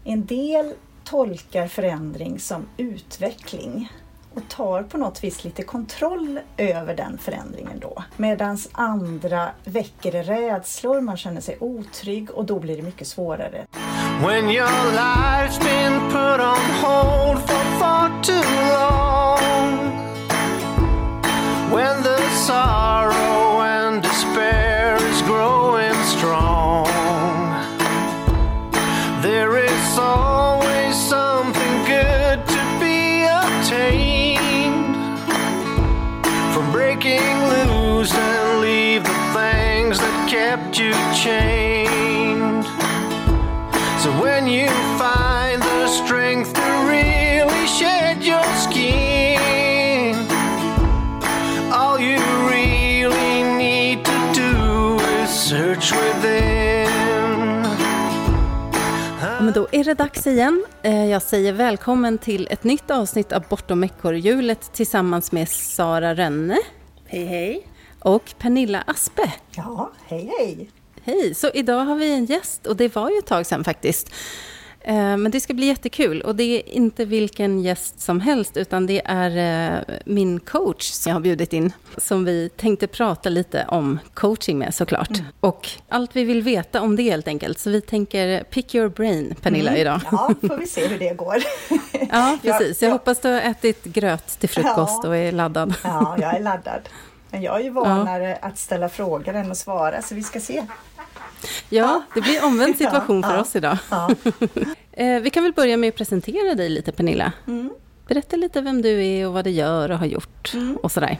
En del tolkar förändring som utveckling och tar på något vis lite kontroll över den förändringen då. Medan andra väcker rädslor, man känner sig otrygg och då blir det mycket svårare. When your life's been put on hold for far too long, when the sorrow and despair is growing strong, there is always something good to be obtained from breaking loose and leave the things that kept you chained. So when you find the strength to really shed your skin, all you really need to do is search within. Men då är det dags igen. Jag säger välkommen till ett nytt avsnitt av Bortom ekorrhjulet tillsammans med Sara Rönne. Hej hej. Och Pernilla Aspe. Ja, hej hej. Hej, så idag har vi en gäst och det var ju ett tag sedan faktiskt. Men det ska bli jättekul och det är inte vilken gäst som helst utan det är min coach som jag har bjudit in som vi tänkte prata lite om coaching med såklart. Och allt vi vill veta om det helt enkelt. Så vi tänker pick your brain, Pernilla, idag. Ja, får vi se hur det går. Ja, precis. Jag hoppas du har ätit gröt till frukost och är laddad. Ja, jag är laddad. Men jag är ju vanare att ställa frågor än att svara så vi ska se. Ja, det blir omvänd situation för oss idag. Ja. Vi kan väl börja med att presentera dig lite, Pernilla. Berätta lite vem du är och vad du gör och har gjort och sådär.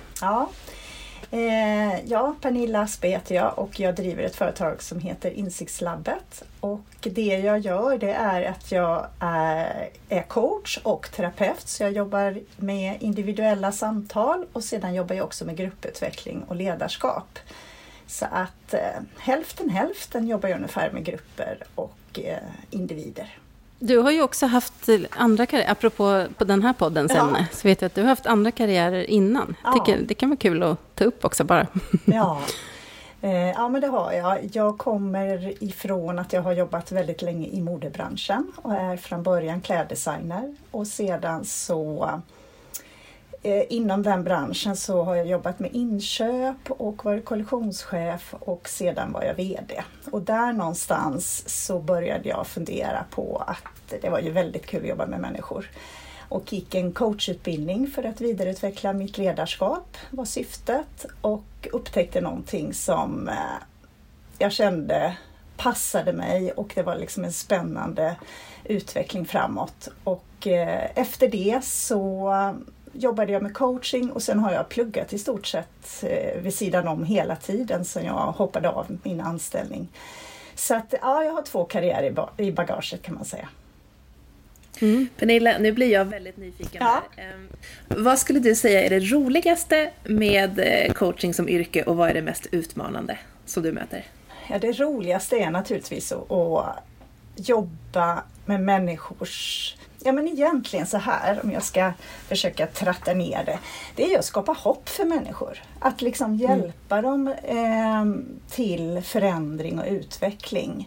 Ja, Pernilla Aspe heter jag och jag driver ett företag som heter Insiktslabbet. Och det jag gör det är att jag är coach och terapeut. Så jag jobbar med individuella samtal och sedan jobbar jag också med grupputveckling och ledarskap. Så att hälften jobbar jag ungefär med grupper och individer. Du har ju också haft andra karriärer, apropå på den här poddens ämne, så vet jag att du har haft andra karriärer innan. Ja. Det kan vara kul att ta upp också bara. Ja, men det har jag. Jag kommer ifrån att jag har jobbat väldigt länge i modebranschen och är från början kläddesigner och sedan så inom den branschen så har jag jobbat med inköp och varit kollektionschef och sedan var jag vd. Och där någonstans så började jag fundera på att det var ju väldigt kul att jobba med människor. Och gick en coachutbildning för att vidareutveckla mitt ledarskap var syftet och upptäckte någonting som jag kände passade mig och det var liksom en spännande utveckling framåt. Och efter det så jobbade jag med coaching och sen har jag pluggat i stort sett vid sidan om hela tiden sen jag hoppade av min anställning. Så att jag har 2 karriärer i bagaget kan man säga. Pernilla, nu blir jag väldigt nyfiken här. Vad skulle du säga är det roligaste med coaching som yrke och vad är det mest utmanande som du möter? Ja, det roligaste är naturligtvis att jobba med människors... Ja, men egentligen så här, om jag ska försöka tratta ner det. Det är ju att skapa hopp för människor. Att liksom hjälpa dem till förändring och utveckling.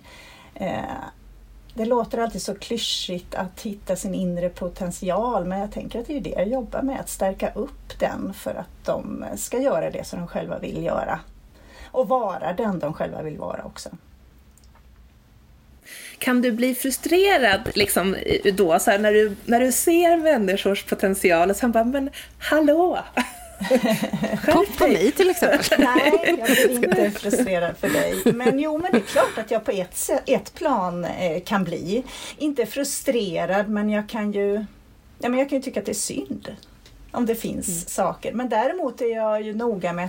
Det låter alltid så klyschigt att hitta sin inre potential. Men jag tänker att det är det jag jobbar med. Att stärka upp den för att de ska göra det som de själva vill göra. Och vara den de själva vill vara också. Kan du bli frustrerad liksom, då, så här, när du ser människors potential och så bara, men hallå! Hopp på mig till exempel. Nej, jag blir inte frustrerad för dig. Men det är klart att jag på ett plan kan bli. Inte frustrerad, men jag kan ju tycka att det är synd om det finns saker. Men däremot är jag ju noga med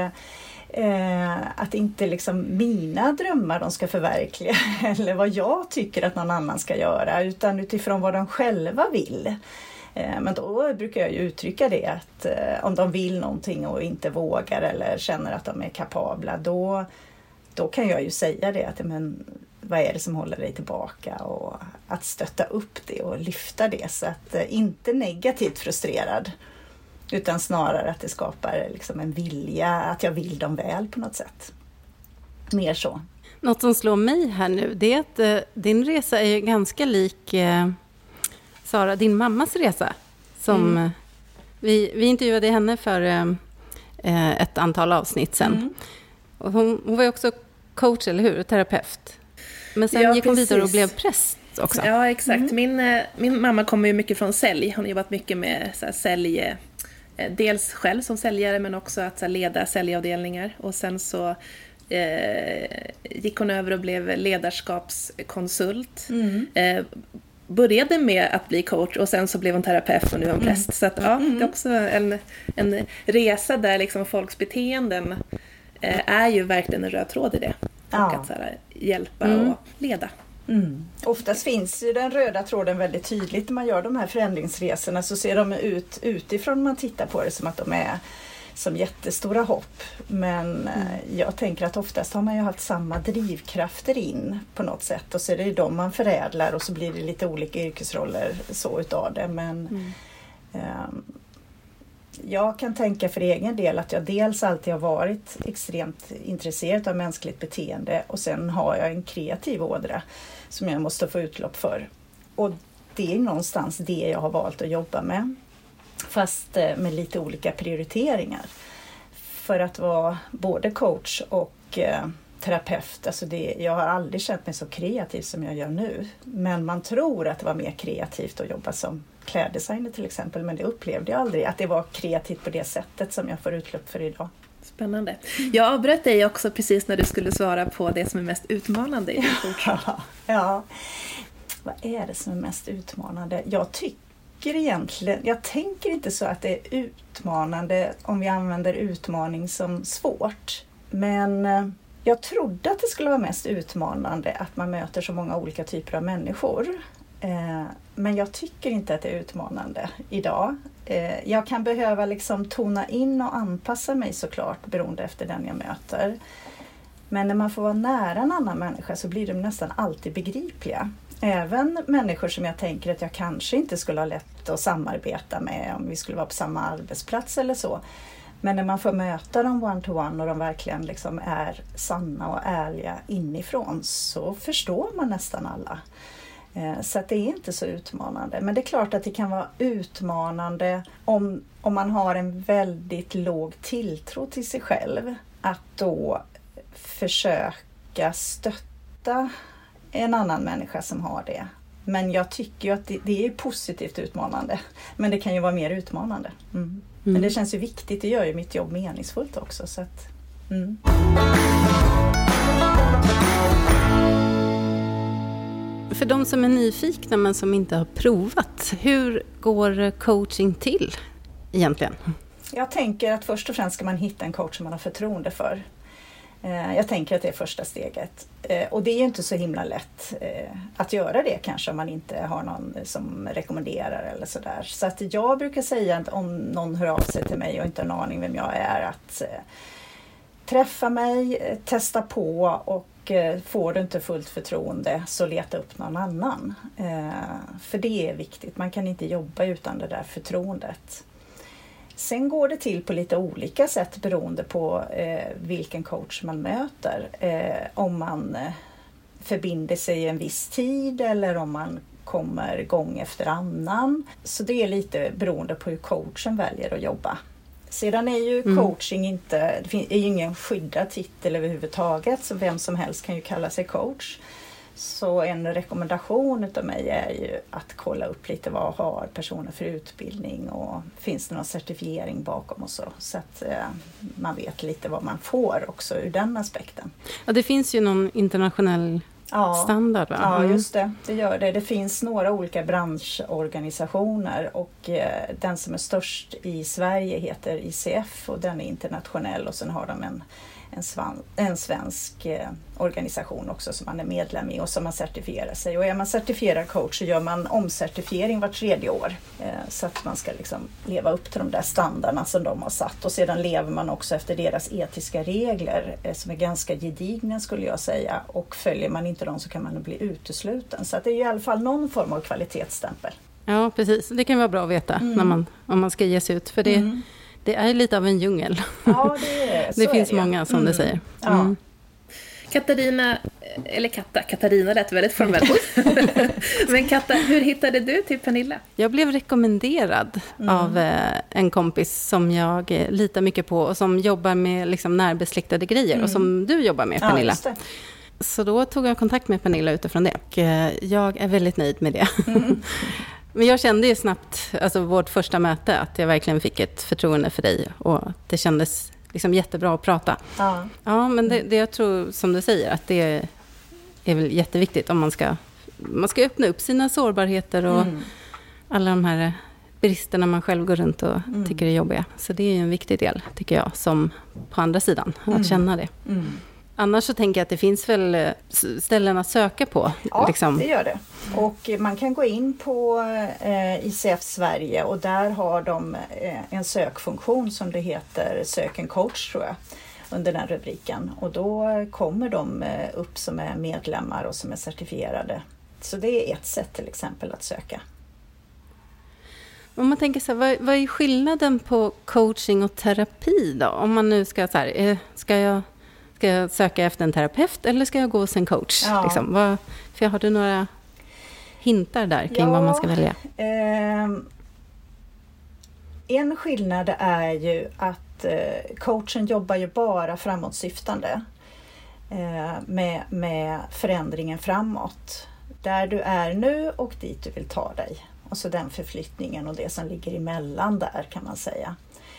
att inte liksom mina drömmar de ska förverkliga eller vad jag tycker att någon annan ska göra utan utifrån vad de själva vill. Men då brukar jag ju uttrycka det att om de vill någonting och inte vågar eller känner att de är kapabla då kan jag ju säga det att men vad är det som håller dig tillbaka och att stötta upp det och lyfta det så att inte negativt frustrerad. Utan snarare att det skapar liksom en vilja, att jag vill dem väl på något sätt. Mer så. Något som slår mig här nu, det är att din resa är ju ganska lik Sara, din mammas resa. Som vi intervjuade henne för ett antal avsnitt sen. Och hon var ju också coach, eller hur? Terapeut. Men sen gick hon vidare och blev präst också. Ja, exakt. Min mamma kommer ju mycket från sälj. Hon har jobbat mycket med så här, sälj. Dels själv som säljare, men också att så här, leda säljavdelningar. Och sen så gick hon över och blev ledarskapskonsult. Började med att bli coach och sen så blev hon terapeut och nu är hon präst. Så att, det är också en resa där liksom folks beteenden är ju verkligen en röd tråd i det. Och att så här, hjälpa och leda. Oftast finns ju den röda tråden väldigt tydligt när man gör de här förändringsresorna, så ser de ut utifrån man tittar på det som att de är som jättestora hopp. Men jag tänker att oftast har man ju haft samma drivkrafter in på något sätt, och så är det ju de man förädlar och så blir det lite olika yrkesroller så utav det. Men jag kan tänka för egen del att jag dels alltid har varit extremt intresserad av mänskligt beteende, och sen har jag en kreativ ådra som jag måste få utlopp för. Och det är någonstans det jag har valt att jobba med, fast med lite olika prioriteringar. För att vara både coach och terapeut, alltså jag har aldrig känt mig så kreativ som jag gör nu. Men man tror att det var mer kreativt att jobba som kläddesigner till exempel, men det upplevde jag aldrig att det var kreativt på det sättet som jag får utlopp för idag. Spännande. Jag avbröt dig också precis när du skulle svara på det som är mest utmanande i din coaching. Ja, vad är det som är mest utmanande? Jag tänker inte så att det är utmanande om vi använder utmaning som svårt. Men jag trodde att det skulle vara mest utmanande att man möter så många olika typer av människor. Men jag tycker inte att det är utmanande idag. Jag kan behöva liksom tona in och anpassa mig såklart beroende efter den jag möter. Men när man får vara nära en annan människa så blir de nästan alltid begripliga. Även människor som jag tänker att jag kanske inte skulle ha lätt att samarbeta med om vi skulle vara på samma arbetsplats eller så. Men när man får möta dem one-to-one och de verkligen liksom är sanna och ärliga inifrån, så förstår man nästan alla. Så att det är inte så utmanande. Men det är klart att det kan vara utmanande om man har en väldigt låg tilltro till sig själv. Att då försöka stötta en annan människa som har det. Men jag tycker ju att det är positivt utmanande. Men det kan ju vara mer utmanande. Men det känns ju viktigt. Det gör ju mitt jobb meningsfullt också. Så att, För de som är nyfikna men som inte har provat, hur går coaching till egentligen? Jag tänker att först och främst ska man hitta en coach som man har förtroende för. Jag tänker att det är första steget. Och det är ju inte så himla lätt att göra det kanske om man inte har någon som rekommenderar eller sådär. Så att jag brukar säga att om någon hör av sig till mig och inte har en aning vem jag är, att träffa mig, testa på, och får du inte fullt förtroende så leta upp någon annan. För det är viktigt, man kan inte jobba utan det där förtroendet. Sen går det till på lite olika sätt beroende på vilken coach man möter. Om man förbinder sig en viss tid eller om man kommer gång efter annan. Så det är lite beroende på hur coachen väljer att jobba. Sedan är ju coaching inte, det är ju ingen skyddad titel överhuvudtaget, så vem som helst kan ju kalla sig coach. Så en rekommendation utav mig är ju att kolla upp lite vad har personer för utbildning och finns det någon certifiering bakom och så att man vet lite vad man får också ur den aspekten. Ja, det finns ju någon internationell standard, va? Ja, just det. Det gör det. Det finns några olika branschorganisationer och den som är störst i Sverige heter ICF och den är internationell, och sen har de en svensk organisation också som man är medlem i och som man certifierar sig. Och är man certifierad coach så gör man omcertifiering vart 3:e år. Så att man ska liksom leva upp till de där standarderna som de har satt. Och sedan lever man också efter deras etiska regler som är ganska gedigna skulle jag säga. Och följer man inte dem så kan man bli utesluten. Så att det är i alla fall någon form av kvalitetsstämpel. Ja, precis. Det kan vara bra att veta om man ska ge sig ut. För det är lite av en djungel. Ja, det finns många som det säger. Ja. Katarina lät väldigt formellt. Men Katta, hur hittade du till Pernilla? Jag blev rekommenderad av en kompis som jag litar mycket på och som jobbar med liksom närbesläktade grejer och som du jobbar med, Pernilla. Ja, så då tog jag kontakt med Pernilla utifrån det och jag är väldigt nöjd med det. Men jag kände ju snabbt, alltså vårt första möte, att jag verkligen fick ett förtroende för dig och det kändes liksom jättebra att prata. Ja, men det jag tror, som du säger, att det är väl jätteviktigt om man ska öppna upp sina sårbarheter och alla de här bristerna man själv går runt och tycker är jobbiga. Så det är ju en viktig del, tycker jag, som på andra sidan, att känna det. Annars så tänker jag att det finns väl ställen att söka på. Ja, liksom. Det gör det. Och man kan gå in på ICF Sverige och där har de en sökfunktion som det heter Sök en coach, tror jag, under den rubriken. Och då kommer de upp som är medlemmar och som är certifierade. Så det är ett sätt till exempel att söka. Om man tänker så här, vad är skillnaden på coaching och terapi då? Om man nu ska så här, ska jag söka efter en terapeut eller ska jag gå hos en coach? Ja. Liksom? För har du några hintar där kring vad man ska välja? En skillnad är ju att coachen jobbar ju bara framåtsyftande med förändringen framåt. Där du är nu och dit du vill ta dig. Och så den förflyttningen och det som ligger emellan där, kan man säga.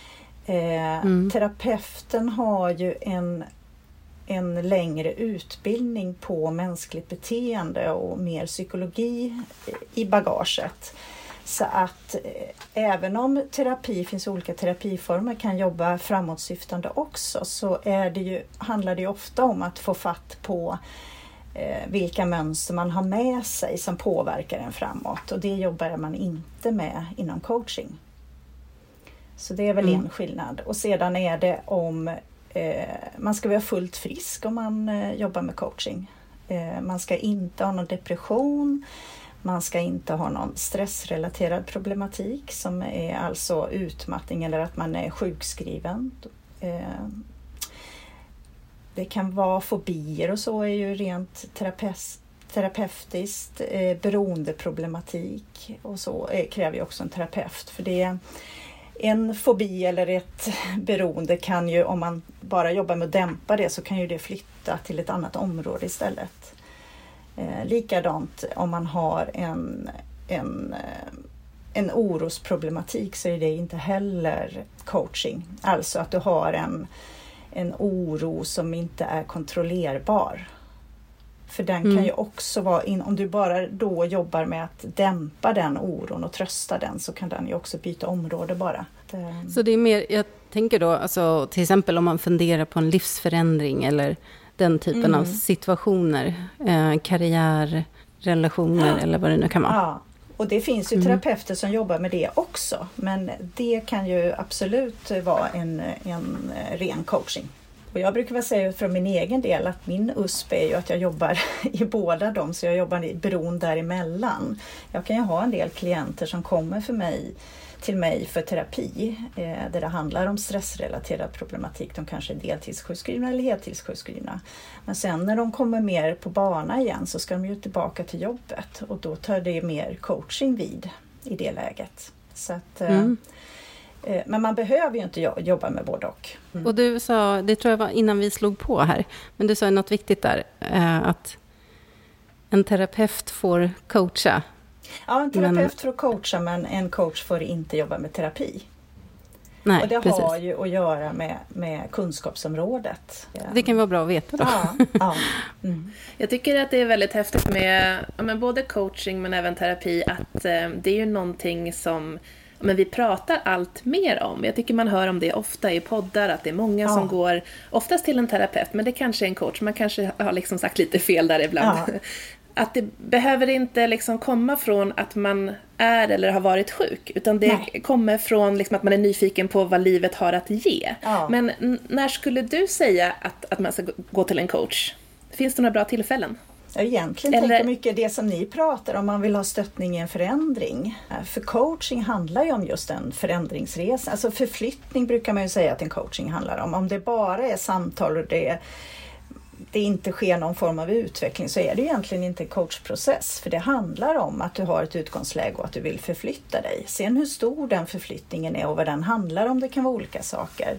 Terapeuten har ju en längre utbildning på mänskligt beteende och mer psykologi i bagaget. Så att även om finns olika terapiformer, kan jobba framåtsyftande också, så handlar det ju ofta om att få fatt på vilka mönster man har med sig som påverkar en framåt. Och det jobbar man inte med inom coaching. Så det är väl en skillnad. Och sedan är det om man ska vara fullt frisk om man jobbar med coaching. Man ska inte ha någon depression. Man ska inte ha någon stressrelaterad problematik som är alltså utmattning eller att man är sjukskriven. Det kan vara fobier och så är ju rent terapeutiskt. Beroendeproblematik och så kräver ju också en terapeut. För det en fobi eller ett beroende kan ju, om man bara jobbar med att dämpa det, så kan ju det flytta till ett annat område istället. Likadant om man har en orosproblematik, så är det inte heller coaching. Alltså att du har en oro som inte är kontrollerbar. För den kan ju också vara, om du bara då jobbar med att dämpa den oron och trösta den, så kan den ju också byta område bara. Så det är mer, jag tänker då, alltså, till exempel om man funderar på en livsförändring eller den typen av situationer, karriär, relationer eller vad det nu kan vara. Ja, och det finns ju terapeuter som jobbar med det också, men det kan ju absolut vara en ren coaching. Och jag brukar väl säga från min egen del att min USP är ju att jag jobbar i båda dem, så jag jobbar i beroende däremellan. Jag kan ju ha en del klienter som kommer till mig för terapi där det handlar om stressrelaterad problematik. De kanske är deltidssjukskrivna eller heltidssjukskrivna. Men sen när de kommer mer på bana igen så ska de ju tillbaka till jobbet, och då tar det mer coaching vid i det läget. Så att, men man behöver ju inte jobba med både och. Och du sa, det tror jag var innan vi slog på här, men du sa något viktigt där, att en terapeut får coacha. Ja, en terapeut får coacha, men en coach får inte jobba med terapi. Nej, och det precis. har ju att göra med kunskapsområdet. Det kan vara bra att veta då. Ja. Jag tycker att det är väldigt häftigt med både coaching men även terapi, att det är ju någonting som vi pratar allt mer om. Jag tycker man hör om det ofta i poddar, att det är många som går oftast till en terapeut, men det kanske är en coach. Man kanske har liksom sagt lite fel där ibland. Ja. Att det behöver inte liksom komma från att man är eller har varit sjuk, utan det kommer från liksom att man är nyfiken på vad livet har att ge. Ja. Men när skulle du säga att man ska gå till en coach? Finns det några bra tillfällen? Jag egentligen tänker mycket det som ni pratar om, man vill ha stöttning i en förändring. För coaching handlar ju om just en förändringsresa. Alltså förflyttning brukar man ju säga att en coaching handlar om. Om det bara är samtal och det det inte sker någon form av utveckling så är det egentligen inte en coachprocess. För det handlar om att du har ett utgångsläge och att du vill förflytta dig. Sen hur stor den förflyttningen är och vad den handlar om, det kan vara olika saker.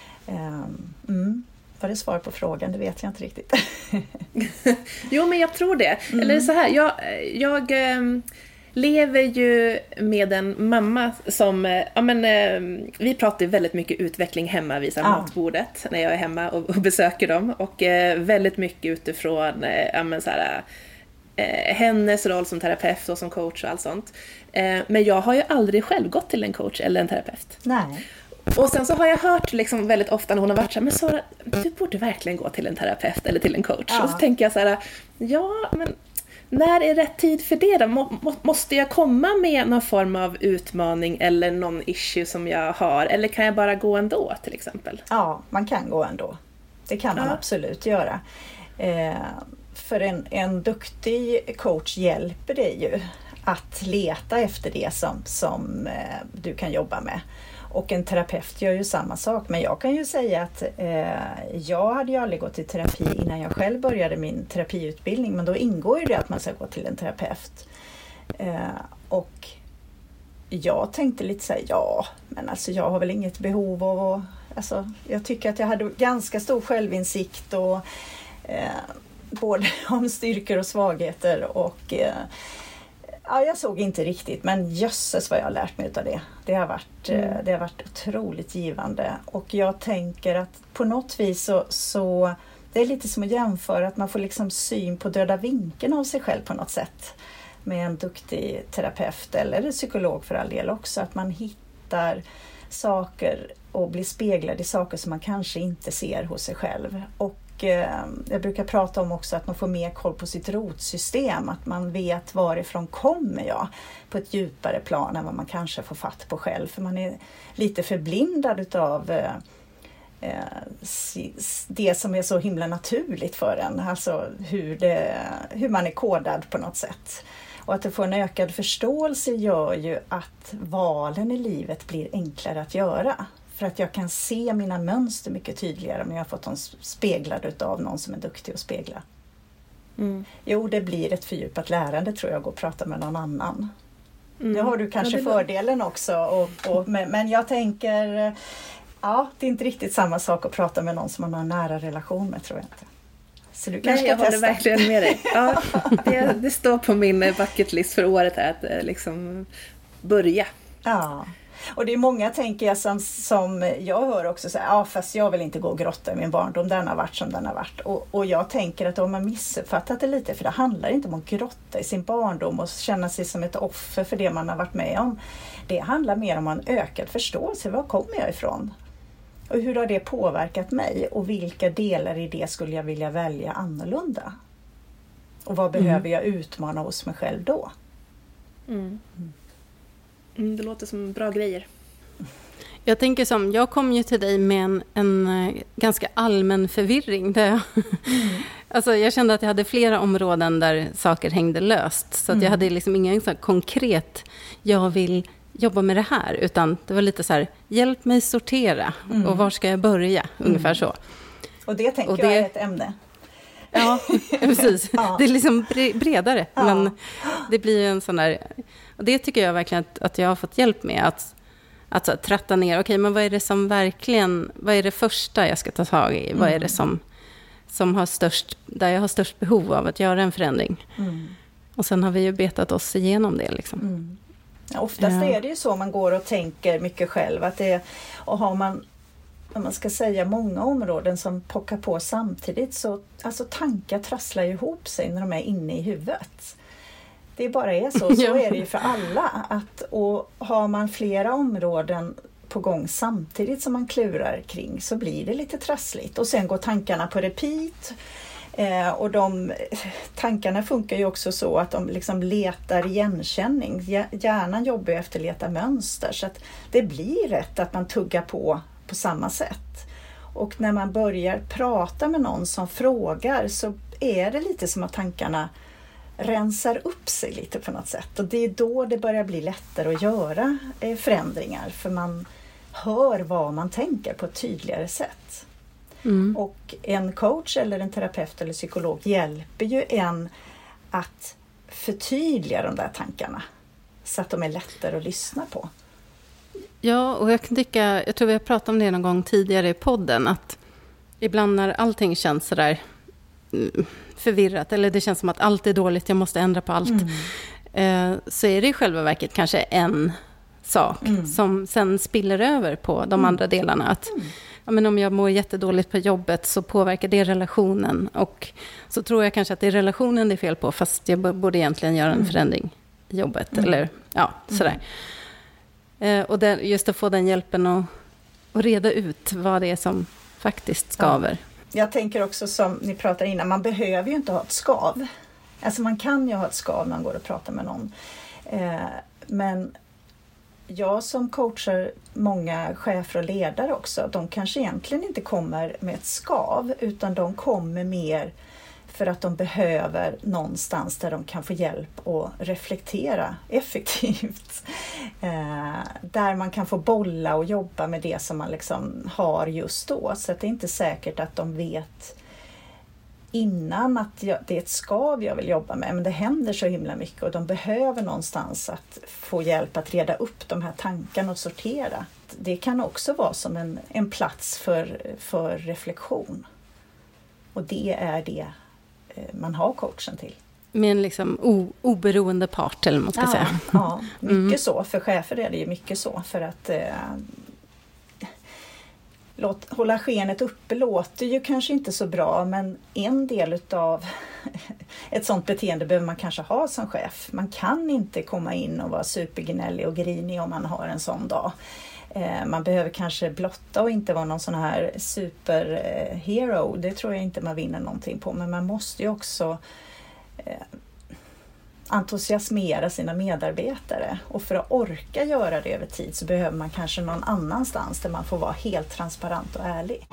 Var det svar på frågan? Det vet jag inte riktigt. Jo, men jag tror det. Eller så här, jag lever ju med en mamma som, vi pratar väldigt mycket utveckling hemma vid matbordet när jag är hemma och besöker dem. Och väldigt mycket utifrån hennes roll som terapeut och som coach och allt sånt. Men jag har ju aldrig själv gått till en coach eller en terapeut. Nej. Och sen så har jag hört liksom väldigt ofta när hon har varit så här, men Sara, du borde verkligen gå till en terapeut eller till en coach. Ja. Och så tänker jag så här, ja, men när är rätt tid för det då? Måste jag komma med någon form av utmaning eller någon issue som jag har? Eller kan jag bara gå ändå till exempel? Ja, man kan gå ändå. Det kan man absolut göra. För en duktig coach hjälper dig ju att leta efter det som du kan jobba med. Och en terapeut gör ju samma sak. Men jag kan ju säga att jag hade ju aldrig gått i terapi innan jag själv började min terapiutbildning. Men då ingår ju det att man ska gå till en terapeut. Och jag tänkte lite så här, men alltså jag har väl inget behov av alltså jag tycker att jag hade ganska stor självinsikt och både om styrkor och svagheter och jag såg inte riktigt, men jösses vad jag har lärt mig av det. Det har varit otroligt givande. Och jag tänker att på något vis så det är lite som att jämföra att man får liksom syn på döda vinkeln av sig själv på något sätt. Med en duktig terapeut eller psykolog för all del också. Att man hittar saker och blir speglad i saker som man kanske inte ser hos sig själv. Och jag brukar prata om också att man får mer koll på sitt rotsystem. Att man vet varifrån kommer jag på ett djupare plan än vad man kanske får fatt på själv. För man är lite förblindad utav det som är så himla naturligt för en. Alltså hur man är kodad på något sätt. Och att du får en ökad förståelse gör ju att valen i livet blir enklare att göra. För att jag kan se mina mönster mycket tydligare om jag har fått dem speglade av någon som är duktig att spegla. Jo, det blir ett fördjupat lärande tror jag, att prata med någon annan. Nu har du kanske fördelen också. Men jag tänker, det är inte riktigt samma sak att prata med någon som man har en nära relation med, tror jag inte. Så du kanske jag ska testa. håller verkligen med dig. Ja, det står på min bucketlist för året här att liksom börja. Ja. Och det är många, tänker jag, som jag hör också säga, fast jag vill inte gå och grotta i min barndom, den har varit som den har varit. Och jag tänker att de har missuppfattat det lite, för det handlar inte om att grotta i sin barndom och känna sig som ett offer för det man har varit med om. Det handlar mer om en ökad förståelse, var kommer jag ifrån? Och hur har det påverkat mig? Och vilka delar i det skulle jag vilja välja annorlunda? Och vad behöver jag utmana hos mig själv då? Det låter som bra grejer. Jag tänker jag kom ju till dig med en ganska allmän förvirring. Där alltså jag kände att jag hade flera områden där saker hängde löst. Så att jag hade liksom ingen så konkret, jag vill jobba med det här. Utan det var lite så här, hjälp mig sortera. Och var ska jag börja? Ungefär så. Och det tänker jag är ett ämne. Ja, precis. Det är liksom bredare. Men det blir en sån där... Och det tycker jag verkligen att jag har fått hjälp med. Att så, tratta ner. Okej, men vad är det som verkligen... Vad är det första jag ska ta tag i? Vad är det som har störst... Där jag har störst behov av att göra en förändring? Och sen har vi ju betat oss igenom det. Liksom. Ja, oftast är det ju så man går och tänker mycket själv. Och har man... Om man ska säga många områden som pockar på samtidigt, så alltså tankar trasslar ju ihop sig när de är inne i huvudet. Det bara är så är det ju för alla. Och har man flera områden på gång samtidigt som man klurar kring, så blir det lite trassligt. Och sen går tankarna på repeat. Och tankarna funkar ju också så att de liksom letar igenkänning. Hjärnan jobbar ju efter att leta mönster, så att det blir rätt att man tuggar på samma sätt. Och när man börjar prata med någon som frågar, så är det lite som att tankarna rensar upp sig lite på något sätt. Och det är då det börjar bli lättare att göra förändringar, för man hör vad man tänker på ett tydligare sätt. Och en coach eller en terapeut eller psykolog hjälper ju en att förtydliga de där tankarna så att de är lättare att lyssna på. Ja, och jag tror vi har pratat om det någon gång tidigare i podden, att ibland när allting känns sådär förvirrat, eller det känns som att allt är dåligt, jag måste ändra på allt, så är det i själva verket kanske en sak som sen spiller över på de andra delarna. Att ja, men om jag mår jättedåligt på jobbet så påverkar det relationen, och så tror jag kanske att det är relationen det är fel på, fast jag borde egentligen göra en förändring i jobbet, eller ja, sådär. Och just att få den hjälpen att reda ut vad det är som faktiskt skaver. Jag tänker också, som ni pratade innan, man behöver ju inte ha ett skav. Alltså man kan ju ha ett skav när man går och pratar med någon. Men jag som coachar många chefer och ledare också, de kanske egentligen inte kommer med ett skav, utan de kommer mer för att de behöver någonstans där de kan få hjälp att reflektera effektivt. Där man kan få bolla och jobba med det som man liksom har just då. Så att det är inte säkert att de vet innan att det är ett skav jag vill jobba med. Men det händer så himla mycket och de behöver någonstans att få hjälp att reda upp de här tankarna och sortera. Det kan också vara som en plats för reflektion. Och det är det man har coachen till. Med en liksom oberoende part, eller man ska säga. Ja, mycket så. För chefer är det ju mycket så. För att hålla skenet uppe låter ju kanske inte så bra, men en del utav ett sånt beteende behöver man kanske ha som chef. Man kan inte komma in och vara supergnällig och grinig om man har en sån dag. Man behöver kanske blotta och inte vara någon sån här superhero. Det tror jag inte man vinner någonting på. Men man måste ju också entusiasmera sina medarbetare. Och för att orka göra det över tid så behöver man kanske någon annanstans där man får vara helt transparent och ärlig.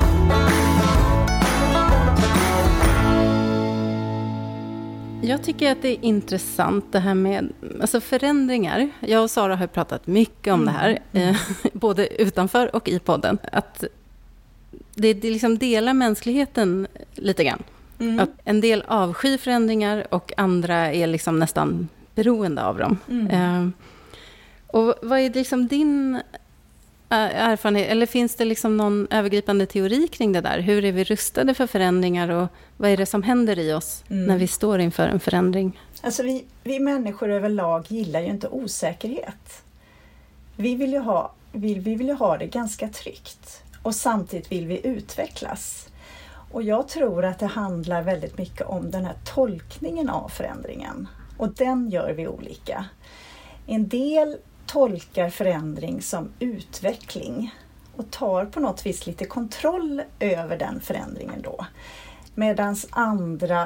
Jag tycker att det är intressant det här med alltså förändringar. Jag och Sara har pratat mycket om det här, både utanför och i podden. Att det liksom delar mänskligheten lite grann. Att en del avskyr förändringar och andra är liksom nästan beroende av dem. Och vad är liksom din erfarenhet, eller finns det liksom någon övergripande teori kring det där? Hur är vi rustade för förändringar och vad är det som händer i oss när vi står inför en förändring? Alltså vi människor överlag gillar ju inte osäkerhet. Vi vill ju ha det ganska tryggt och samtidigt vill vi utvecklas. Och jag tror att det handlar väldigt mycket om den här tolkningen av förändringen. Och den gör vi olika. En del tolkar förändring som utveckling och tar på något vis lite kontroll över den förändringen då. Medan andra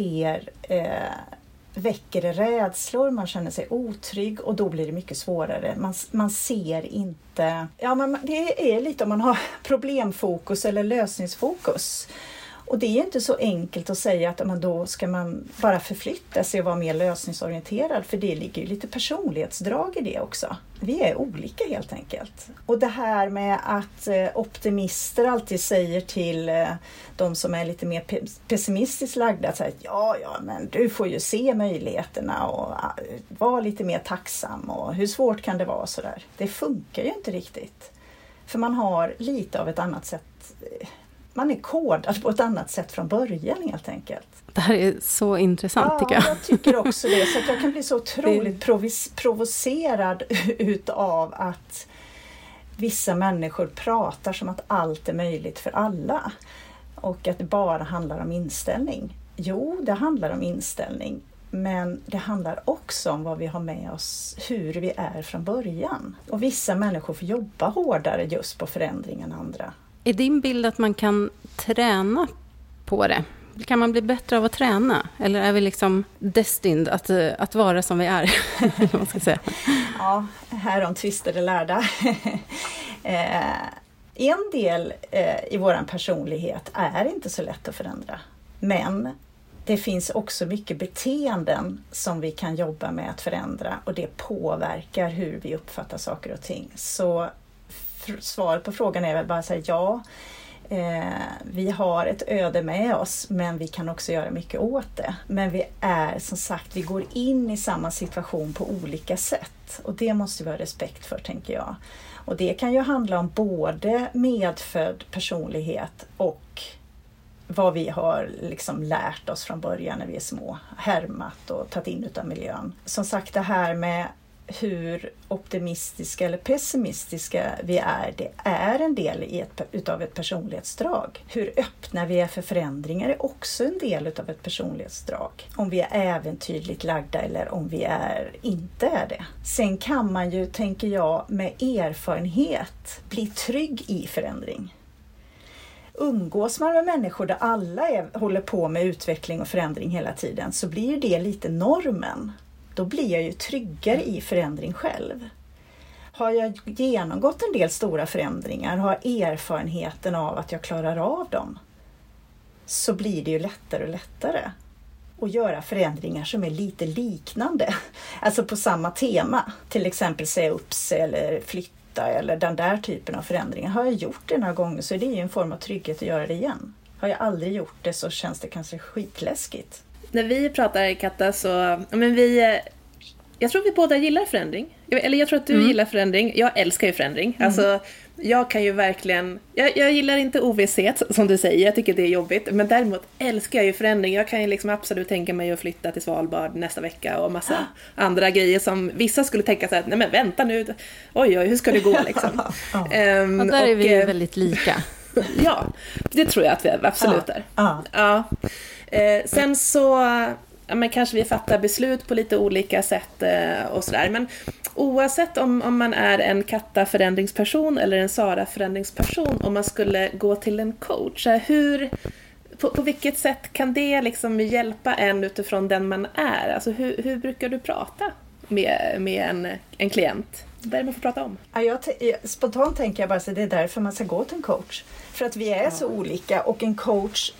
väcker rädslor, man känner sig otrygg och då blir det mycket svårare. Man ser inte, men det är lite om man har problemfokus eller lösningsfokus. Och det är inte så enkelt att säga att då ska man bara förflytta sig och vara mer lösningsorienterad, för det ligger ju lite personlighetsdrag i det också. Vi är olika helt enkelt. Och det här med att optimister alltid säger till de som är lite mer pessimistiskt lagda att men du får ju se möjligheterna och vara lite mer tacksam och hur svårt kan det vara sådär. Det funkar ju inte riktigt. För man har lite av ett annat sätt. Man är kodad på ett annat sätt från början helt enkelt. Det här är så intressant tycker jag. Ja, jag tycker också det. Så att jag kan bli så otroligt provocerad utav att vissa människor pratar som att allt är möjligt för alla. Och att det bara handlar om inställning. Jo, det handlar om inställning. Men det handlar också om vad vi har med oss, hur vi är från början. Och vissa människor får jobba hårdare just på förändring än andra. Är din bild att man kan träna på det? Kan man bli bättre av att träna? Eller är vi liksom destined att vara som vi är? Man ska säga. Ja, här om tvister är lärda. En del i vår personlighet är inte så lätt att förändra. Men det finns också mycket beteenden som vi kan jobba med att förändra. Och det påverkar hur vi uppfattar saker och ting. Så svaret på frågan är väl bara att säga ja. Vi har ett öde med oss, men vi kan också göra mycket åt det. Men vi är, som sagt, vi går in i samma situation på olika sätt. Och det måste vi ha respekt för, tänker jag. Och det kan ju handla om både medfödd personlighet och vad vi har liksom lärt oss från början när vi är små. Härmat och tagit in utav miljön. Som sagt, det här med hur optimistiska eller pessimistiska vi är, det är en del utav ett personlighetsdrag. Hur öppna vi är för förändringar är också en del utav ett personlighetsdrag. Om vi är äventyrligt lagda eller om vi inte är det. Sen kan man ju, tänker jag, med erfarenhet bli trygg i förändring. Umgås man med människor där alla håller på med utveckling och förändring hela tiden, så blir det lite normen. Då blir jag ju tryggare i förändring själv. Har jag genomgått en del stora förändringar, har erfarenheten av att jag klarar av dem, så blir det ju lättare och lättare att göra förändringar som är lite liknande. Alltså på samma tema. Till exempel säga upp sig eller flytta eller den där typen av förändringar. Har jag gjort det några gånger så är det ju en form av trygghet att göra det igen. Har jag aldrig gjort det så känns det kanske skitläskigt. När vi pratar, Katta, så jag tror vi båda gillar förändring. Eller jag tror att du gillar förändring. Jag älskar ju förändring. Alltså, jag kan ju verkligen... Jag gillar inte ovisshet, som du säger. Jag tycker det är jobbigt. Men däremot älskar jag ju förändring. Jag kan ju liksom absolut tänka mig att flytta till Svalbard nästa vecka. Och massa andra grejer som vissa skulle tänka så här: nej men vänta nu. Oj, hur ska det gå liksom? Och där är vi väldigt lika. Ja, det tror jag att vi absolut är. Ja. Sen så kanske vi fattar beslut på lite olika sätt och sådär. Men oavsett om man är en Katta-förändringsperson eller en Sara-förändringsperson, om man skulle gå till en coach, på vilket sätt kan det liksom hjälpa en utifrån den man är? Alltså hur brukar du prata med en klient? Vad är det man får prata om? Spontant tänker jag bara att det är därför man ska gå till en coach. För att vi är så olika, och en coach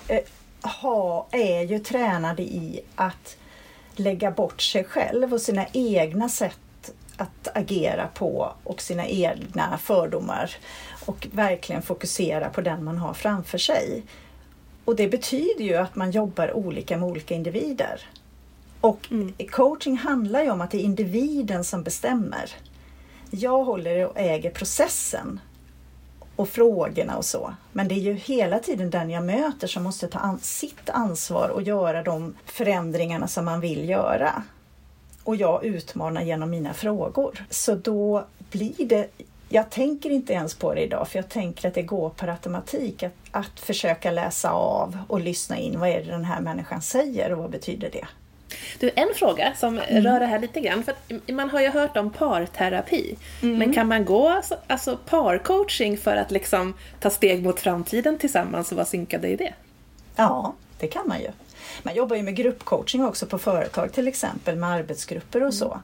är ju tränad i att lägga bort sig själv och sina egna sätt att agera på och sina egna fördomar och verkligen fokusera på den man har framför sig. Och det betyder ju att man jobbar olika med olika individer. Och coaching handlar ju om att det är individen som bestämmer. Jag håller och äger processen och frågorna och så. Men det är ju hela tiden den jag möter som måste ta sitt ansvar och göra de förändringarna som man vill göra. Och jag utmanar genom mina frågor. Så då blir det... Jag tänker inte ens på det idag, för jag tänker att det går per automatik att försöka läsa av och lyssna in. Vad är det den här människan säger och vad betyder det? Du, en fråga som rör det här lite grann. För att man har ju hört om parterapi. Men kan man gå alltså parcoaching för att liksom ta steg mot framtiden tillsammans och vara synkade i det? Ja, det kan man ju. Man jobbar ju med gruppcoaching också på företag, till exempel med arbetsgrupper och så.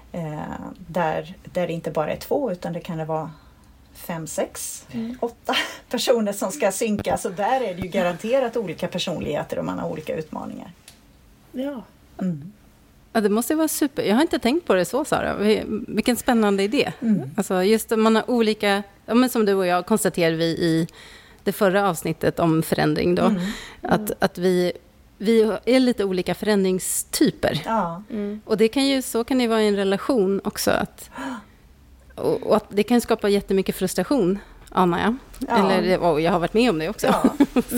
Där det inte bara är 2 utan det kan vara 5, 6, 8 personer som ska synka. Så där är det ju garanterat olika personligheter och man har olika utmaningar. Ja. Ja, det måste vara super. Jag har inte tänkt på det så, Sara. Vilken spännande idé. Alltså just man har olika, men som du och jag konstaterade vi i det förra avsnittet om förändring då, att vi är lite olika förändringstyper. Ja. Och det kan ju vara i en relation också, och att det kan skapa jättemycket frustration, anar jag. Ja. Eller jag har varit med om det också. Ja.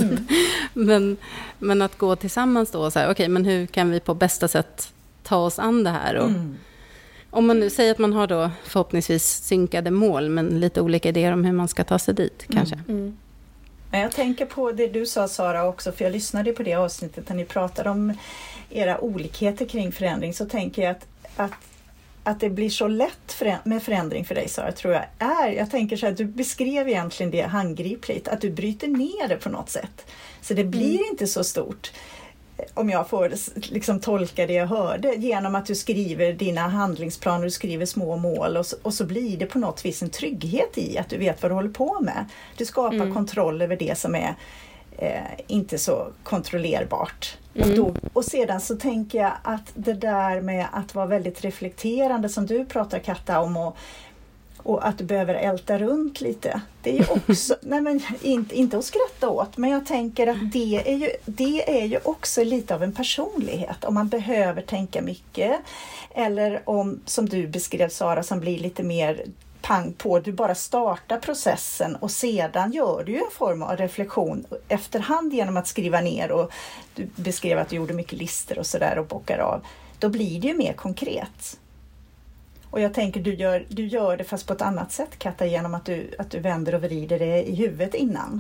Men att gå tillsammans då och så här, okej, men hur kan vi på bästa sätt ta oss an det här? Och om man nu säger att man har då förhoppningsvis synkade mål, men lite olika idéer om hur man ska ta sig dit kanske. Men jag tänker på det du sa, Sara, också, för jag lyssnade på det avsnittet när ni pratade om era olikheter kring förändring, så tänker jag att det blir så lätt med förändring för dig, Sara, tror jag är. Jag tänker så här, du beskrev egentligen det handgripligt, att du bryter ner det på något sätt. Så det blir inte så stort, om jag får liksom tolka det jag hörde, genom att du skriver dina handlingsplaner, du skriver små mål och så blir det på något vis en trygghet i att du vet vad du håller på med. Du skapar kontroll över det som är inte så kontrollerbart. Och sedan så tänker jag att det där med att vara väldigt reflekterande, som du pratar, Katta, om, och att du behöver älta runt lite. Det är ju också, nej men inte att skratta åt, men jag tänker att det är ju också lite av en personlighet. Om man behöver tänka mycket, eller om, som du beskrev Sara, som blir lite mer pang på, du bara startar processen och sedan gör du ju en form av reflektion efterhand genom att skriva ner, och du beskrev att du gjorde mycket lister och sådär och bockar av. Då blir det ju mer konkret. Och jag tänker du gör det fast på ett annat sätt, Katta, genom att du vänder och vrider det i huvudet innan.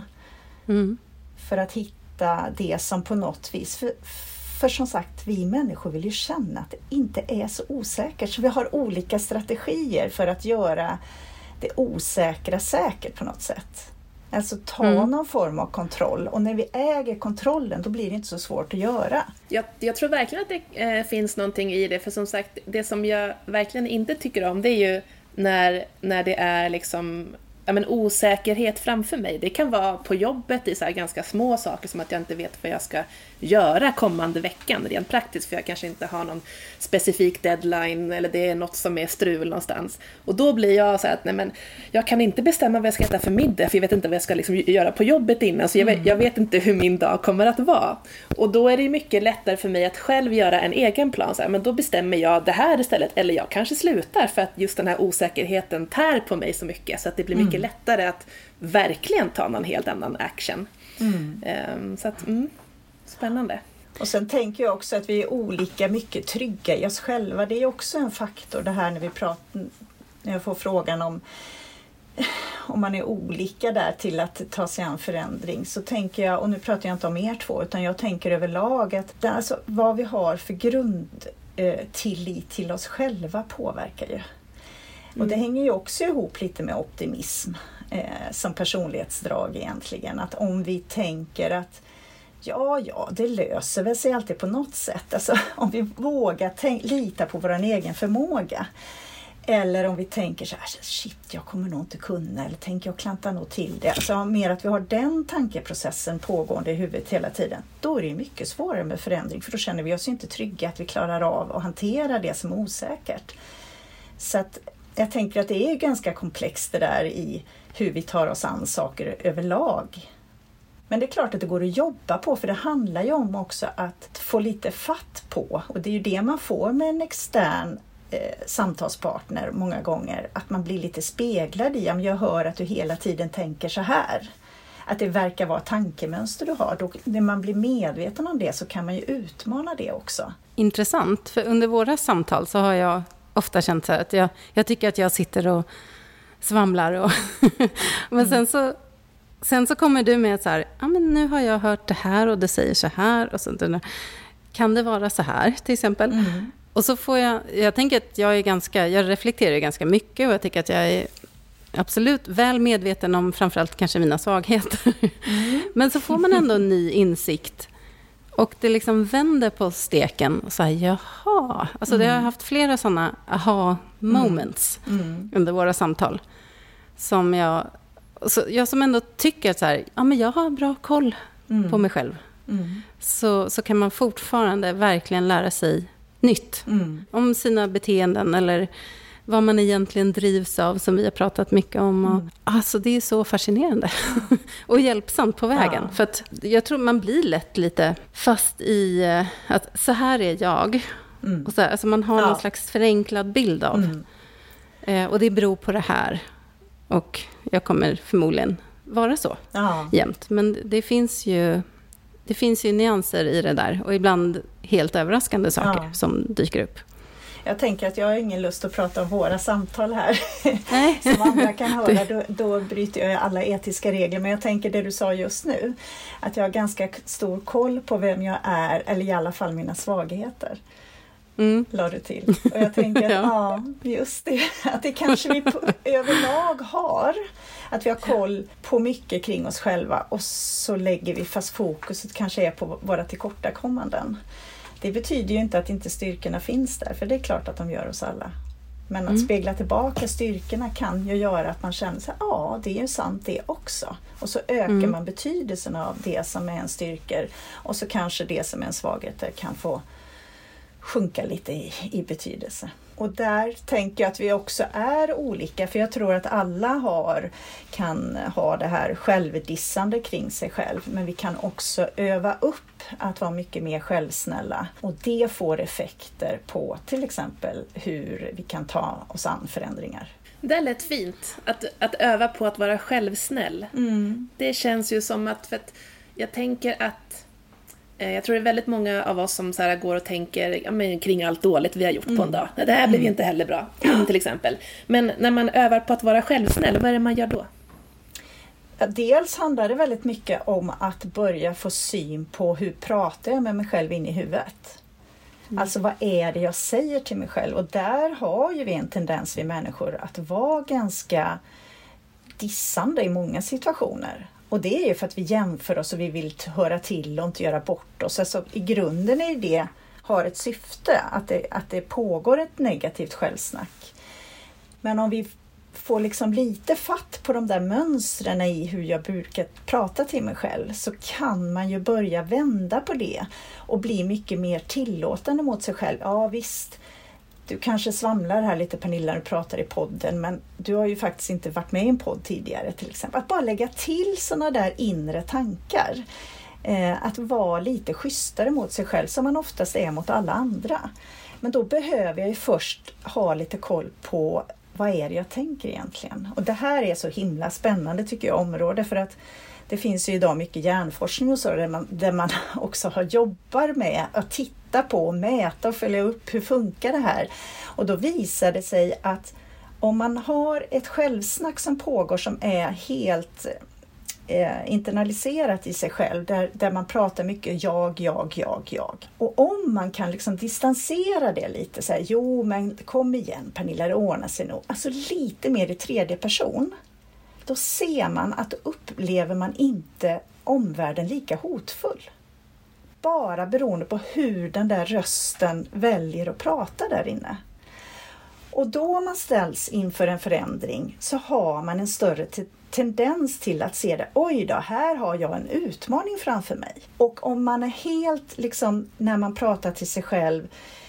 För att hitta det som på något vis, för som sagt, vi människor vill ju känna att det inte är så osäkert. Så vi har olika strategier för att göra det osäkra säkert på något sätt. Alltså ta någon form av kontroll. Och när vi äger kontrollen, då blir det inte så svårt att göra. Jag tror verkligen att det finns någonting i det. För som sagt, det som jag verkligen inte tycker om, det är ju när det är liksom osäkerhet framför mig. Det kan vara på jobbet i så här ganska små saker, som att jag inte vet vad jag ska göra kommande veckan rent praktiskt, för jag kanske inte har någon specifik deadline, eller det är något som är strul någonstans. Och då blir jag så här att nej, men jag kan inte bestämma vad jag ska äta för middag, för jag vet inte vad jag ska liksom göra på jobbet innan, så jag vet inte hur min dag kommer att vara. Och då är det mycket lättare för mig att själv göra en egen plan. Så här, men då bestämmer jag det här istället, eller jag kanske slutar, för att just den här osäkerheten tär på mig så mycket, så att det blir mycket lättare att verkligen ta någon helt annan action. Så att, spännande. Och sen tänker jag också att vi är olika mycket trygga i oss själva. Det är också en faktor, det här när jag får frågan om man är olika där till att ta sig an förändring, så tänker jag, och nu pratar jag inte om er två, utan jag tänker överlag att alltså, vad vi har för grundtillit till oss själva påverkar ju. Och det hänger ju också ihop lite med optimism som personlighetsdrag egentligen. Att om vi tänker att ja, det löser väl sig alltid på något sätt. Alltså om vi vågar lita på vår egen förmåga. Eller om vi tänker så här, shit, jag kommer nog inte kunna, eller tänker jag klanta nog till det. Alltså mer att vi har den tankeprocessen pågående i huvudet hela tiden. Då är det mycket svårare med förändring, för då känner vi oss inte trygga att vi klarar av att hantera det som är osäkert. Så att jag tänker att det är ganska komplext det där i hur vi tar oss an saker överlag. Men det är klart att det går att jobba på, för det handlar ju om också att få lite fatt på. Och det är ju det man får med en extern samtalspartner många gånger. Att man blir lite speglad i, om jag hör att du hela tiden tänker så här. Att det verkar vara tankemönster du har. Då, när man blir medveten om det, så kan man ju utmana det också. Intressant, för under våra samtal så har jag ofta känt så här att jag tycker att jag sitter och svamlar. Och men sen så kommer du med så här, ja men nu har jag hört det här och det säger så här. Och så, kan det vara så här till exempel? Och så får jag tänker att jag reflekterar ganska mycket, och jag tycker att jag är absolut väl medveten om framförallt kanske mina svagheter. Men så får man ändå en ny insikt. Och det liksom vänder på steken och så här, jaha. Alltså jag har haft flera sådana aha-moments under våra samtal. Som jag som ändå tycker att så här, ja men jag har bra koll på mig själv. Så kan man fortfarande verkligen lära sig nytt. Om sina beteenden eller vad man egentligen drivs av, som vi har pratat mycket om. Och, alltså det är så fascinerande och hjälpsamt på vägen. Ja. För att jag tror man blir lätt lite fast i att så här är jag. Och så här, alltså man har någon slags förenklad bild av. Och det beror på det här. Och jag kommer förmodligen vara så jämt. Men det finns ju nyanser i det där. Och ibland helt överraskande saker som dyker upp. Jag tänker att jag har ingen lust att prata om våra samtal här. Nej. Som andra kan höra. Då bryter jag alla etiska regler. Men jag tänker det du sa just nu. Att jag har ganska stor koll på vem jag är. Eller i alla fall mina svagheter. La du till. Och jag tänker att just det. Att det kanske vi överlag har. Att vi har koll på mycket kring oss själva. Och så lägger vi fast fokuset kanske är på våra tillkortakommanden. Det betyder ju inte att inte styrkorna finns där, för det är klart att de gör oss alla. Men att spegla tillbaka styrkorna kan ju göra att man känner sig, det är ju sant det också. Och så ökar man betydelsen av det som är en styrkor, och så kanske det som är en svaghet kan få sjunka lite i betydelse. Och där tänker jag att vi också är olika, för jag tror att alla kan ha det här självdissande kring sig själv, men vi kan också öva upp att vara mycket mer självsnälla, och det får effekter på till exempel hur vi kan ta oss an förändringar. Det är lätt fint att öva på att vara självsnäll. Det känns ju som att jag tänker att jag tror det är väldigt många av oss som så här går och tänker kring allt dåligt vi har gjort på en dag. Det här blev ju inte heller bra, till exempel. Men när man övar på att vara självsnäll, vad är det man gör då? Dels handlar det väldigt mycket om att börja få syn på hur pratar jag med mig själv in i huvudet. Alltså vad är det jag säger till mig själv? Och där har ju vi en tendens, vi människor, att vara ganska dissande i många situationer. Och det är ju för att vi jämför oss och vi vill höra till och inte göra bort oss. Alltså i grunden är det har ett syfte, att det pågår ett negativt självsnack. Men om vi får liksom lite fatt på de där mönstren i hur jag brukar prata till mig själv, så kan man ju börja vända på det och bli mycket mer tillåtande mot sig själv. Ja visst, du kanske svamlar här lite, Pernilla, när du pratar i podden, men du har ju faktiskt inte varit med i en podd tidigare till exempel. Att bara lägga till sådana där inre tankar. Att vara lite schysstare mot sig själv som man oftast är mot alla andra. Men då behöver jag ju först ha lite koll på vad är det jag tänker egentligen. Och det här är så himla spännande tycker jag, område, för att det finns ju idag mycket hjärnforskning och så där man också jobbar med att titta på, mäta och följa upp hur funkar det här. Och då visar det sig att om man har ett självsnack som pågår som är helt internaliserat i sig själv, där man pratar mycket jag. Och om man kan liksom distansera det lite, så här, jo men kom igen Pernilla, det ordnar sig nog. Alltså lite mer i tredje person. Då ser man att upplever man inte omvärlden lika hotfull. Bara beroende på hur den där rösten väljer att prata där inne. Och då man ställs inför en förändring så har man en större tendens till att se det. Oj då, här har jag en utmaning framför mig. Och om man är helt, liksom, när man pratar till sig själv,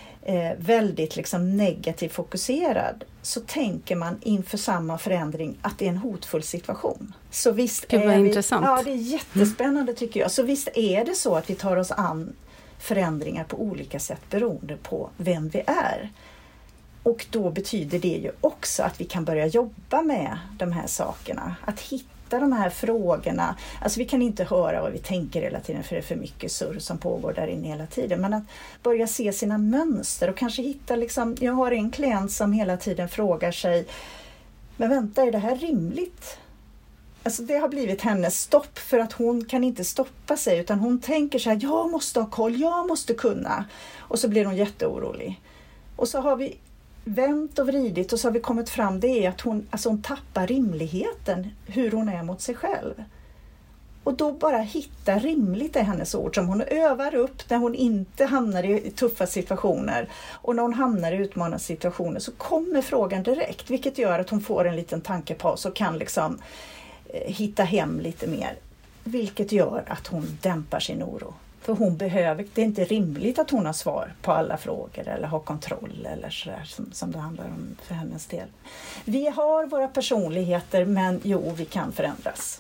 väldigt liksom negativt fokuserad, så tänker man inför samma förändring att det är en hotfull situation. Så visst det var intressant. Ja, det är jättespännande tycker jag. Så visst är det så att vi tar oss an förändringar på olika sätt beroende på vem vi är. Och då betyder det ju också att vi kan börja jobba med de här sakerna. Att hitta de här frågorna. Alltså vi kan inte höra vad vi tänker hela tiden, för det är för mycket surr som pågår där inne hela tiden. Men att börja se sina mönster och kanske hitta liksom, jag har en klient som hela tiden frågar sig, men vänta, är det här rimligt? Alltså det har blivit hennes stopp, för att hon kan inte stoppa sig, utan hon tänker så här, jag måste ha koll, jag måste kunna. Och så blir hon jätteorolig. Och så har vi vänt och vridit och så har vi kommit fram, det är att hon tappar rimligheten, hur hon är mot sig själv. Och då bara hitta rimligt är hennes ord som hon övar upp när hon inte hamnar i tuffa situationer. Och när hon hamnar i utmanande situationer så kommer frågan direkt, vilket gör att hon får en liten tankepaus och kan liksom hitta hem lite mer. Vilket gör att hon dämpar sin oro. För hon behöver, det är inte rimligt att hon har svar på alla frågor eller har kontroll eller sådär som det handlar om för hennes del. Vi har våra personligheter, men jo, vi kan förändras.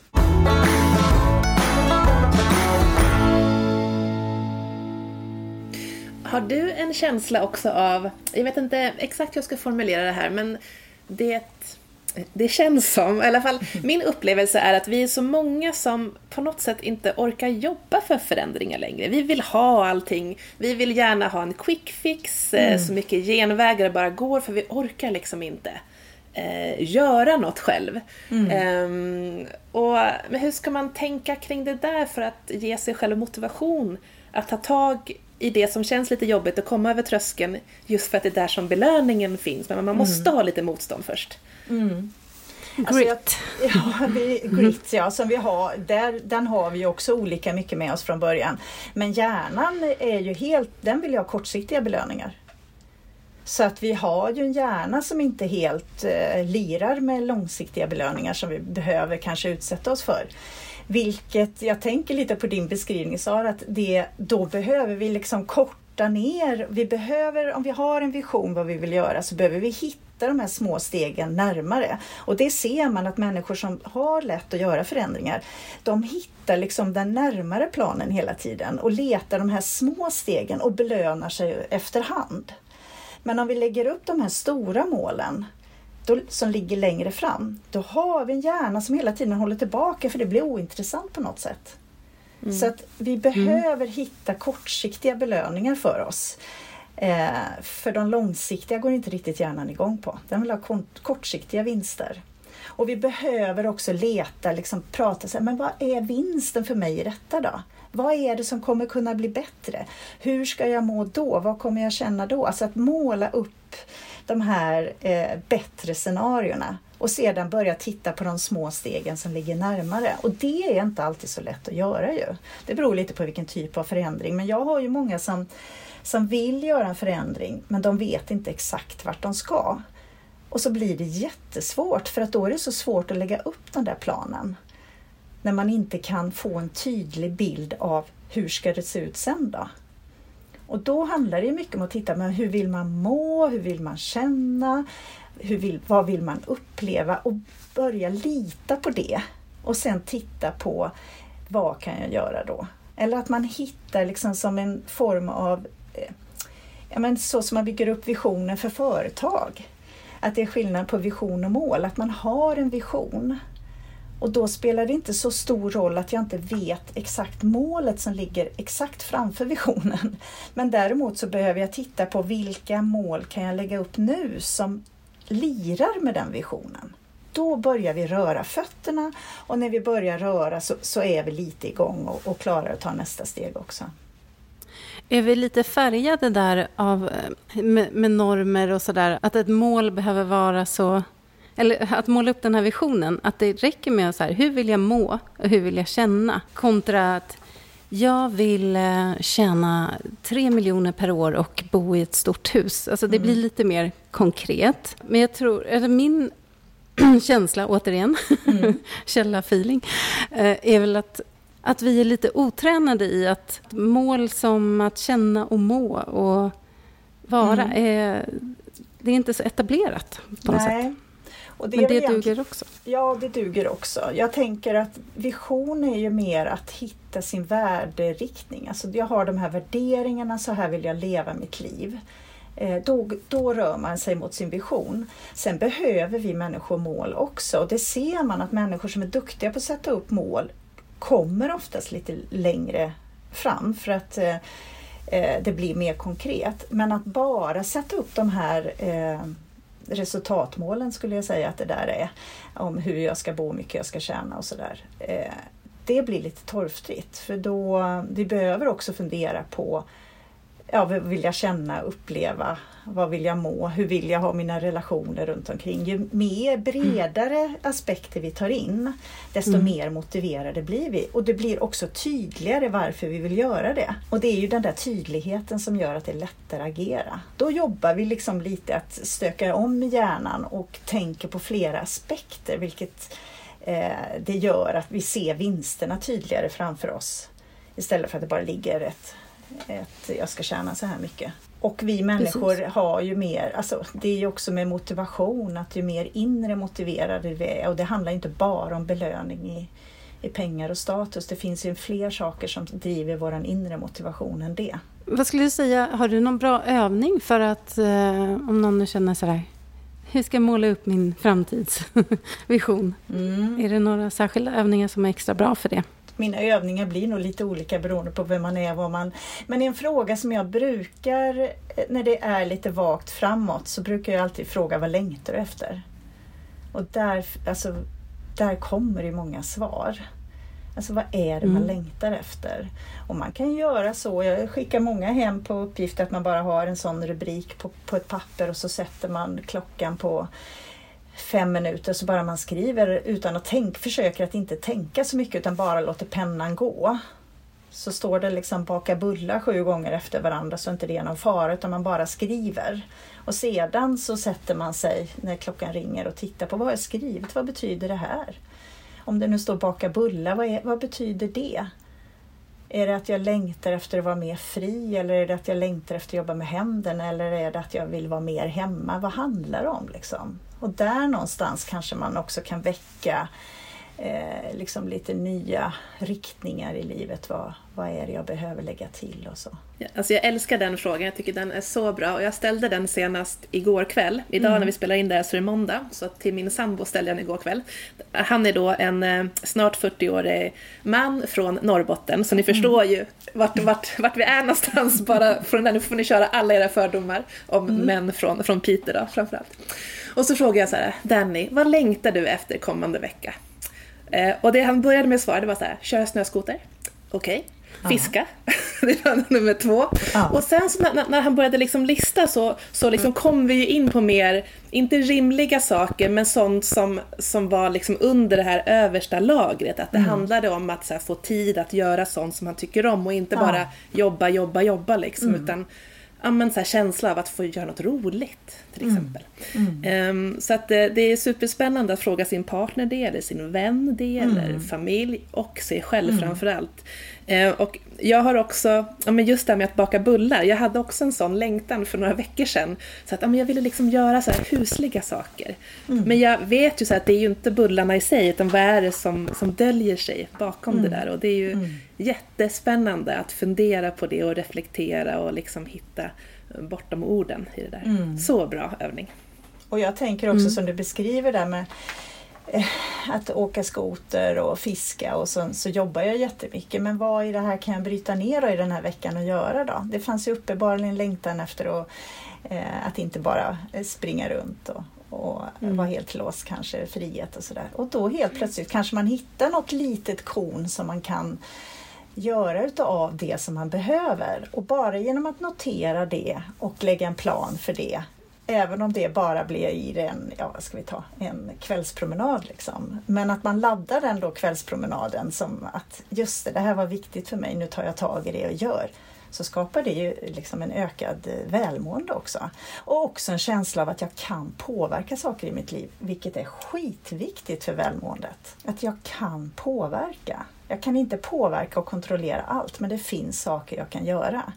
Har du en känsla också av, jag vet inte exakt hur jag ska formulera det här, men det känns som, i alla fall min upplevelse är att vi är så många som på något sätt inte orkar jobba för förändringar längre. Vi vill ha allting, vi vill gärna ha en quick fix, så mycket genvägar bara går, för vi orkar liksom inte göra något själv. Men hur ska man tänka kring det där för att ge sig själv motivation att ta tag i det som känns lite jobbigt och komma över tröskeln, just för att det är där som belöningen finns, men man måste ha lite motstånd först. Grit. Grit, ja, som vi har, den har vi också olika mycket med oss från början. Men hjärnan är ju den vill ha kortsiktiga belöningar. Så att vi har ju en hjärna som inte helt lirar med långsiktiga belöningar som vi behöver kanske utsätta oss för. Vilket jag tänker lite på din beskrivning, Sara, att då behöver vi liksom korta ner. Om vi har en vision vad vi vill göra, så behöver vi hitta de här små stegen närmare. Och det ser man att människor som har lätt att göra förändringar, de hittar liksom den närmare planen hela tiden och letar de här små stegen och belönar sig efterhand. Men om vi lägger upp de här stora målen som ligger längre fram, då har vi en hjärna som hela tiden håller tillbaka, för det blir ointressant på något sätt. Så att vi behöver hitta kortsiktiga belöningar för oss. För de långsiktiga går inte riktigt hjärnan igång på. Den vill ha kortsiktiga vinster. Och vi behöver också leta, liksom prata så här, men vad är vinsten för mig i detta då? Vad är det som kommer kunna bli bättre? Hur ska jag må då? Vad kommer jag känna då? Alltså att måla upp de här bättre scenarierna och sedan börja titta på de små stegen som ligger närmare. Och det är inte alltid så lätt att göra ju. Det beror lite på vilken typ av förändring. Men jag har ju många som vill göra en förändring, men de vet inte exakt vart de ska. Och så blir det jättesvårt, för att då är det så svårt att lägga upp den där planen. När man inte kan få en tydlig bild av hur ska det se ut sen då. Och då handlar det mycket om att titta på hur vill man må, hur vill man känna, vad vill man uppleva, och börja lita på det. Och sen titta på vad kan jag göra då. Eller att man hittar liksom som en form av, så som man bygger upp visioner för företag. Att det är skillnad på vision och mål, att man har en vision. Och då spelar det inte så stor roll att jag inte vet exakt målet som ligger exakt framför visionen. Men däremot så behöver jag titta på vilka mål kan jag lägga upp nu som lirar med den visionen. Då börjar vi röra fötterna, och när vi börjar röra så är vi lite igång och klarar att ta nästa steg också. Är vi lite färgade där av med normer och sådär, att ett mål behöver vara så, eller att måla upp den här visionen, att det räcker med att så här, hur vill jag må och hur vill jag känna, kontra att jag vill tjäna 3 miljoner per år och bo i ett stort hus. Alltså det blir lite mer konkret. Men jag tror, eller min känsla återigen, källa-feeling, är väl att vi är lite otränade i att mål som att känna och må och vara, det är inte så etablerat på något sätt. Och men det duger också. Ja, det duger också. Jag tänker att vision är ju mer att hitta sin värderiktning. Alltså jag har de här värderingarna, så här vill jag leva mitt liv. Då rör man sig mot sin vision. Sen behöver vi människor mål också. Och det ser man att människor som är duktiga på att sätta upp mål kommer oftast lite längre fram, för att det blir mer konkret. Men att bara sätta upp de här resultatmålen, skulle jag säga att det där är, om hur jag ska bo, hur mycket jag ska tjäna och sådär. Det blir lite torftigt, för då vi behöver också fundera på vad vill jag känna, uppleva, vad vill jag må, hur vill jag ha mina relationer runt omkring. Ju mer bredare aspekter vi tar in, desto mer motiverade blir vi. Och det blir också tydligare varför vi vill göra det. Och det är ju den där tydligheten som gör att det är lättare att agera. Då jobbar vi liksom lite att stöka om hjärnan och tänker på flera aspekter, vilket det gör att vi ser vinsterna tydligare framför oss. Istället för att det bara ligger ett jag ska tjäna så här mycket. Och vi människor har ju mer, alltså det är ju också med motivation, att ju mer inre motiverade vi är, och det handlar inte bara om belöning i pengar och status. Det finns ju fler saker som driver våran inre motivation än det. Vad skulle du säga, har du någon bra övning för att om någon känner sådär, hur ska jag måla upp min framtidsvision? Är det några särskilda övningar som är extra bra för det? Mina övningar blir nog lite olika beroende på vem man är, men en fråga som jag brukar, när det är lite vagt framåt, så brukar jag alltid fråga, vad längtar du efter? Och där kommer det många svar. Alltså vad är det man längtar efter? Och man kan göra så, jag skickar många hem på uppgift att man bara har en sån rubrik på ett papper, och så sätter man klockan på 5 minuter, så bara man skriver utan att försöker att inte tänka så mycket, utan bara låter pennan gå. Så står det liksom baka bullar 7 gånger efter varandra, så inte det är någon fara, utan man bara skriver. Och sedan så sätter man sig när klockan ringer och tittar på vad jag skrivit, vad betyder det här? Om det nu står baka bullar, vad betyder det? Är det att jag längtar efter att vara mer fri, eller är det att jag längtar efter att jobba med händerna, eller är det att jag vill vara mer hemma? Vad handlar det om liksom? Och där någonstans kanske man också kan väcka liksom lite nya riktningar i livet. Vad är det jag behöver lägga till och så. Ja, alltså jag älskar den frågan, jag tycker den är så bra, och jag ställde den senast igår kväll. Idag när vi spelar in det här så är det måndag, så till min sambo ställde jag den igår kväll. Han är då en snart 40-årig man från Norrbotten, så ni förstår ju vart vi är någonstans. Bara från där, nu får ni köra alla era fördomar om män från Piteå då, framförallt. Och så frågar jag så här: Danny, vad längtar du efter kommande vecka? Och det han började med att svara, det var så här: köra snöskoter, okej. Fiska, det var nummer 2. Och sen så när han började liksom lista så liksom kom vi ju in på mer, inte rimliga saker, men sånt som var liksom under det här översta lagret. Att det handlade om att så här, få tid att göra sånt som han tycker om, och inte bara jobba liksom, utan men så här, känsla av att få göra något roligt till exempel. Så att det är superspännande att fråga sin partner det, eller sin vän det, eller familj, och sig själv framförallt. Och jag har också, just det här med att baka bullar, jag hade också en sån längtan för några veckor sedan, så att jag ville liksom göra så här husliga saker. Men jag vet ju så att det är ju inte bullarna i sig, utan vad är det som döljer sig bakom det där, och det är ju jättespännande att fundera på det och reflektera och liksom hitta bortom orden i det där. Så bra övning. Och jag tänker också som du beskriver där med att åka skoter och fiska, och så jobbar jag jättemycket, men vad i det här kan jag bryta ner då i den här veckan och göra då? Det fanns ju uppenbarligen längtan efter att inte bara springa runt och vara helt låst, kanske frihet och sådär. Och då helt plötsligt kanske man hittar något litet korn som man kan göra utav det som man behöver, och bara genom att notera det och lägga en plan för det, även om det bara blir i en kvällspromenad liksom. Men att man laddar den då kvällspromenaden som att just det här var viktigt för mig, nu tar jag tag i det och gör. Så skapar det ju liksom en ökad välmående också. Och också en känsla av att jag kan påverka saker i mitt liv, vilket är skitviktigt för välmåendet. Att jag kan påverka. Jag kan inte påverka och kontrollera allt, men det finns saker jag kan göra.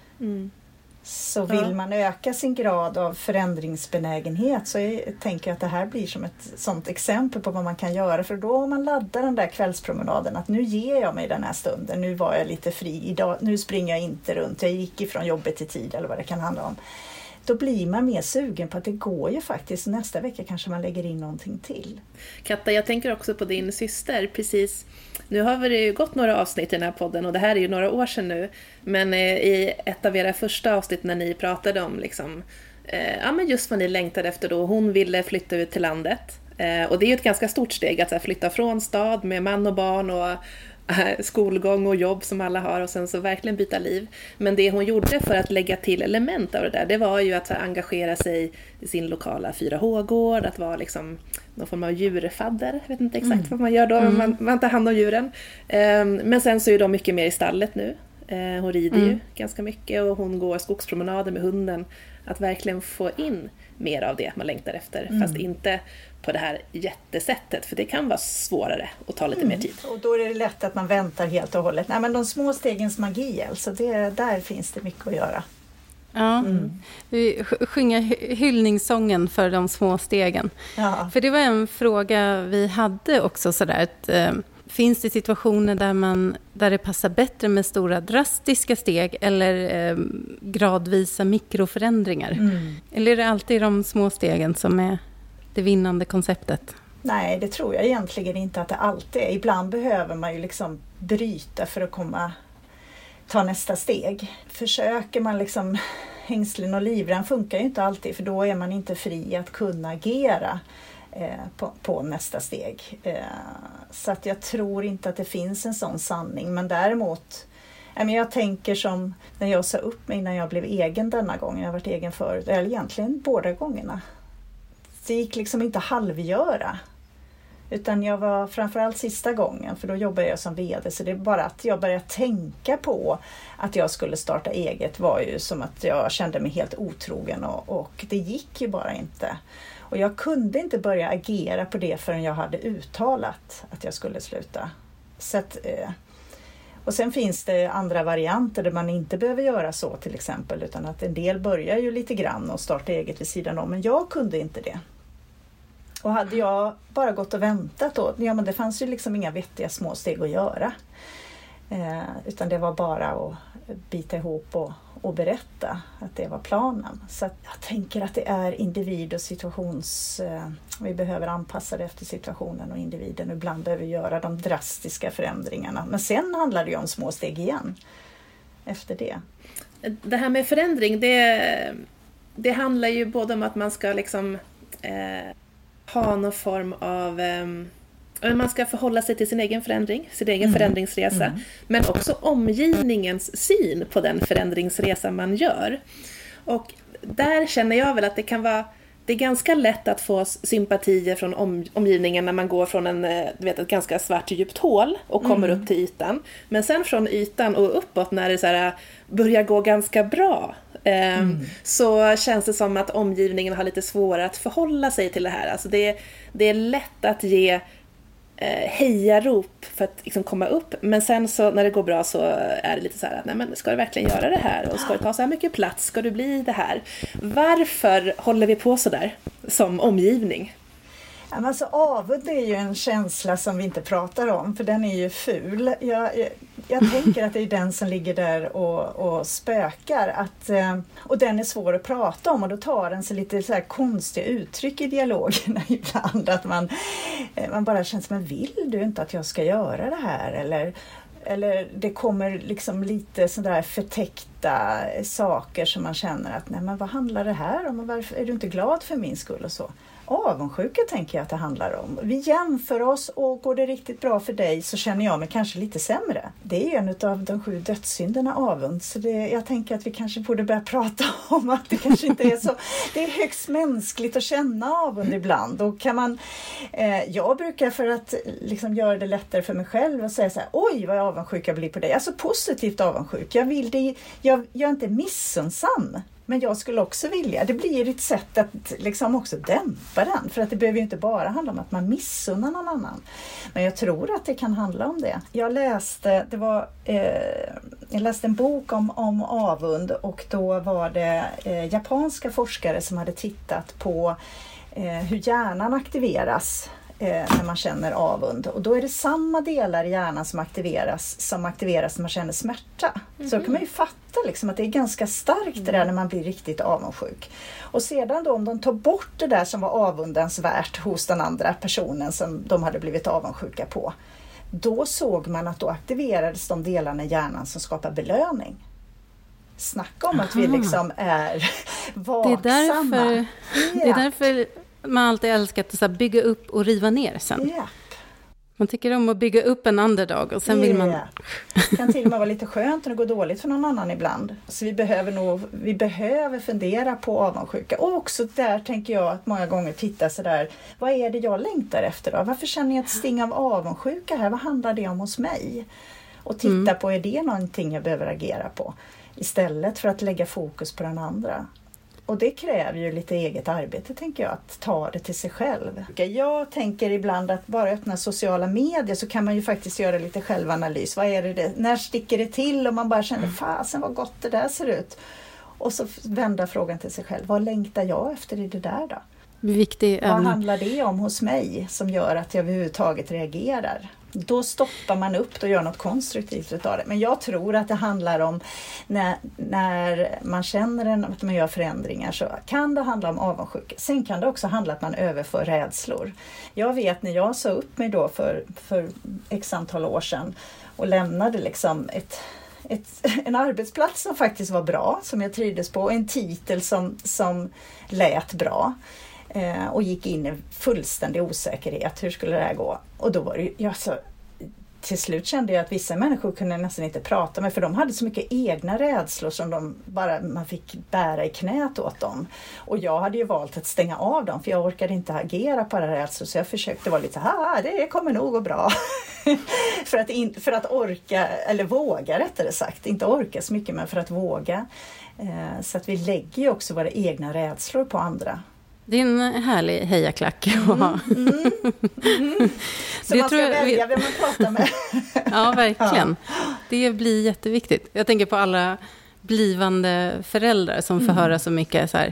Så vill man öka sin grad av förändringsbenägenhet, så tänker jag att det här blir som ett sånt exempel på vad man kan göra. För då om man laddar den där kvällspromenaden, att nu ger jag mig den här stunden, nu var jag lite fri, idag, nu springer jag inte runt, jag gick ifrån jobbet i tid eller vad det kan handla om. Då blir man mer sugen på att det går ju faktiskt, nästa vecka kanske man lägger in någonting till. Katta, jag tänker också på din syster, precis. Nu har det ju gått några avsnitt i den här podden, och det här är ju några år sedan nu. Men i ett av era första avsnitt när ni pratade om liksom, men just vad ni längtade efter då, hon ville flytta ut till landet. Och det är ju ett ganska stort steg att så här, flytta från stad med man och barn och skolgång och jobb som alla har, och sen så verkligen byta liv. Men det hon gjorde för att lägga till element av det där, det var ju att engagera sig i sin lokala 4H-gård, att vara liksom någon form av djurfadder. Jag vet inte exakt vad man gör då, man tar hand om djuren. Men sen så är de mycket mer i stallet nu. Hon rider ju ganska mycket, och hon går skogspromenader med hunden. Att verkligen få in mer av det man längtar efter, fast inte på det här jättesättet, för det kan vara svårare och ta lite mer tid. Och då är det lätt att man väntar helt och hållet. Nej, men de små stegens magi, alltså där finns det mycket att göra. Ja, vi sjunger hyllningssången för de små stegen. Ja. För det var en fråga vi hade också sådär, att finns det situationer där det passar bättre med stora drastiska steg eller gradvisa mikroförändringar? Eller är det alltid de små stegen som är det vinnande konceptet? Nej, det tror jag egentligen inte att det alltid är. Ibland behöver man ju liksom bryta för att ta nästa steg. Försöker man liksom hängslen och livrem funkar ju inte alltid, för då är man inte fri att kunna agera på nästa steg. Så att jag tror inte att det finns en sån sanning, men däremot jag tänker som när jag sa upp mig när jag blev egen denna gången, jag har varit egen förut, eller egentligen båda gångerna. Det gick liksom inte halvgöra, utan jag var framförallt sista gången, för då jobbade jag som vd, så det är bara att jag började tänka på att jag skulle starta eget var ju som att jag kände mig helt otrogen, och det gick ju bara inte. Och jag kunde inte börja agera på det förrän jag hade uttalat att jag skulle sluta. Så att, Och sen finns det andra varianter där man inte behöver göra så till exempel, utan att en del börjar ju lite grann och startar eget vid sidan om, men jag kunde inte det. Och hade jag bara gått och väntat då, men det fanns ju liksom inga vettiga små steg att göra. Utan det var bara att bita ihop och berätta att det var planen. Så att jag tänker att det är individ och vi behöver anpassa det efter situationen och individen. Ibland behöver vi göra de drastiska förändringarna. Men sen handlar det ju om små steg igen efter det. Det här med förändring, det handlar ju både om att man ska liksom ha någon form av... Man ska förhålla sig till sin egen förändring, sin egen förändringsresa. Men också omgivningens syn på den förändringsresa man gör. Och där känner jag väl att det är ganska lätt att få sympatier från omgivningen när man går från ett ganska svart djupt hål och kommer upp till ytan. Men sen från ytan och uppåt när det så här börjar gå ganska bra, så känns det som att omgivningen har lite svårare att förhålla sig till det här. Alltså det är lätt att ge hejarop för att liksom komma upp, men sen så när det går bra så är det lite så här att nej, men ska du verkligen göra det här och ska du ta så här mycket plats, ska du bli det här? Varför håller vi på så där som omgivning? Alltså avund är ju en känsla som vi inte pratar om, för den är ju ful. Jag tänker att det är den som ligger där och spökar. Och den är svår att prata om, och då tar den sig lite så här konstiga uttryck i dialogerna ibland. Att man bara känner som, men vill du inte att jag ska göra det här? Eller det kommer liksom lite sådär förtäckta saker som man känner att nej, men vad handlar det här om? Varför är du inte glad för min skull och så? Avundsjuka tänker jag att det handlar om. Vi jämför oss, och går det riktigt bra för dig så känner jag mig kanske lite sämre. Det är en av de 7 dödssynderna, avund. Så jag tänker att vi kanske borde börja prata om att det kanske inte är så. Det är högst mänskligt att känna avund ibland. Och kan man, jag brukar, för att liksom göra det lättare för mig själv, och säga så här: oj vad avundsjuk jag blir på dig. Alltså positivt avundsjuk. Jag är inte missunnsam. Men jag skulle också vilja. Det blir ett sätt att liksom också dämpa den. För att det behöver ju inte bara handla om att man missunnar någon annan. Men jag tror att det kan handla om det. Jag läste en bok om avund. Och då var det japanska forskare som hade tittat på hur hjärnan aktiveras när man känner avund. Och då är det samma delar i hjärnan som aktiveras när man känner smärta. Så då kan man ju fatta liksom att det är ganska starkt det där när man blir riktigt avundsjuk. Och sedan då, om de tar bort det där som var avundansvärt hos den andra personen som de hade blivit avundsjuka på, då såg man att då aktiverades de delarna i hjärnan som skapar belöning. Snacka om att vi liksom är vaksamma. Det är därför man alltid älskat att bygga upp och riva ner sen. Yeah. Man tycker om att bygga upp en underdog och sen vill man... Det kan till och med vara lite skönt när det går dåligt för någon annan ibland. Så vi behöver fundera på avundsjuka. Och också där tänker jag att många gånger titta så där, vad är det jag längtar efter då? Varför känner jag ett sting av avundsjuka här? Vad handlar det om hos mig? Och titta på, är det någonting jag behöver agera på? Istället för att lägga fokus på den andra. Och det kräver ju lite eget arbete, tänker jag, att ta det till sig själv. Jag tänker ibland att bara öppna sociala medier så kan man ju faktiskt göra lite självanalys. Vad är det? När sticker det till? Och man bara känner, fasen vad gott det där ser ut. Och så vända frågan till sig själv. Vad längtar jag efter i det där då? Vad handlar det om hos mig som gör att jag överhuvudtaget reagerar? Då stoppar man upp och gör något konstruktivt utav det. Men jag tror att det handlar om när man känner att man gör förändringar, så kan det handla om avundsjuka. Sen kan det också handla om att man överför rädslor. Jag vet när jag sa upp mig då för x antal år sedan och lämnade liksom en arbetsplats som faktiskt var bra, som jag trivdes på, en titel som lät bra. Och gick in i fullständig osäkerhet. Hur skulle det här gå? Och då var det till slut kände jag att vissa människor kunde nästan inte prata med, för de hade så mycket egna rädslor som man fick bära i knät åt dem. Och jag hade ju valt att stänga av dem, för jag orkade inte agera på alla rädslor, så jag försökte vara lite det kommer nog gå bra. för att orka, eller våga rättare sagt, inte orka så mycket, men för att våga. Så att vi lägger ju också våra egna rädslor på andra. Det är en härlig hejaklack att ha. Så man ska välja vem man pratar med. Ja, verkligen. Det blir jätteviktigt. Jag tänker på alla blivande föräldrar som får höra så mycket så här,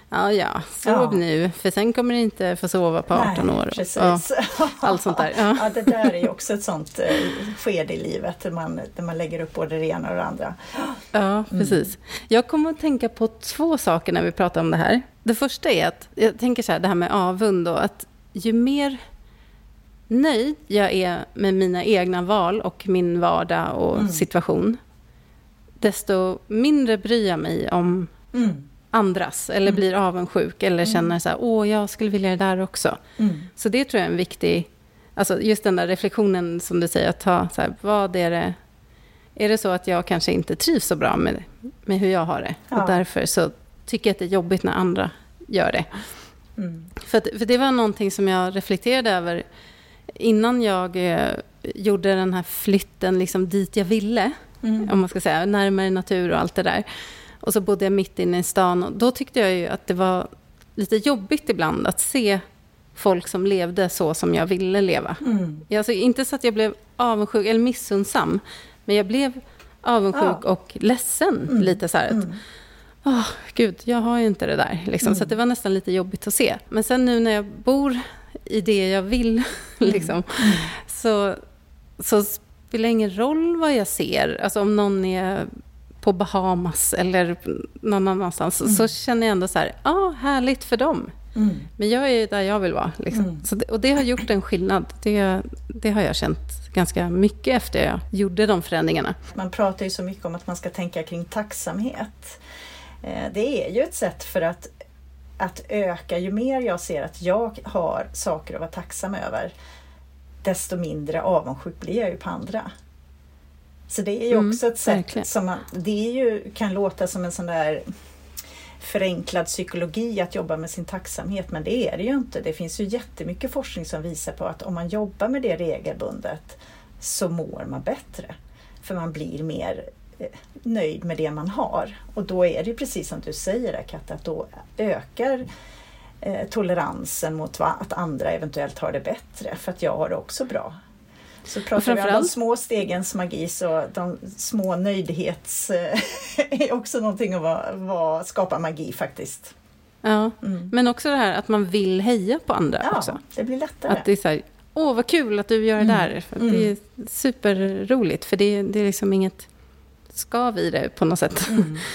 sov nu, för sen kommer ni inte få sova på 18 år. Precis. Allt sånt där. Ja, det där är ju också ett sånt skede i livet där man lägger upp både det ena och det andra. Ja, precis. Jag kommer att tänka på 2 saker när vi pratar om det här. Det första är att, jag tänker så här, det här med avund då, att ju mer nöjd jag är med mina egna val och min vardag och situation, desto mindre bryr jag mig om andras, eller blir avundsjuk, eller känner så här, jag skulle vilja det där också. Så det tror jag är en viktig, alltså just den där reflektionen som du säger, att ta så här, vad är det så att jag kanske inte trivs så bra med hur jag har det, och därför så tycker jag att det är jobbigt när andra gör det. För det var någonting som jag reflekterade över innan jag gjorde den här flytten liksom dit jag ville, om man ska säga, närmare natur och allt det där. Och så bodde jag mitt inne i stan, och då tyckte jag ju att det var lite jobbigt ibland att se folk som levde så som jag ville leva. Alltså, inte så att jag blev avundsjuk eller missunnsam, men jag blev avundsjuk och ledsen lite så här att gud, jag har ju inte det där liksom. Så att det var nästan lite jobbigt att se. Men sen nu när jag bor i det jag vill liksom, så spelar det ingen roll vad jag ser. Alltså om någon är på Bahamas eller någon annanstans, så känner jag ändå så här, härligt för dem. Men jag är där jag vill vara. Liksom. Och det har gjort en skillnad. Det har jag känt ganska mycket efter jag gjorde de förändringarna. Man pratar ju så mycket om att man ska tänka kring tacksamhet. Det är ju ett sätt för att öka. Ju mer jag ser att jag har saker att vara tacksam över, desto mindre avundsjuk blir jag ju på andra. Så det är ju också ett sätt verkligen. som kan låta som en sån där förenklad psykologi att jobba med sin tacksamhet, men det är det ju inte. Det finns ju jättemycket forskning som visar på att om man jobbar med det regelbundet så mår man bättre. För man blir mer nöjd med det man har. Och då är det precis som du säger, Katta, att då ökar toleransen mot att andra eventuellt har det bättre, för att jag har det också bra. Så pratar vi om de små stegens magi, så de små nöjdhets är också någonting att skapa magi faktiskt. Ja, men också det här att man vill heja på andra också. Ja, det blir lättare. Att det är så här, vad kul att du gör det där. För det är superroligt, för det är liksom inget skav i det på något sätt.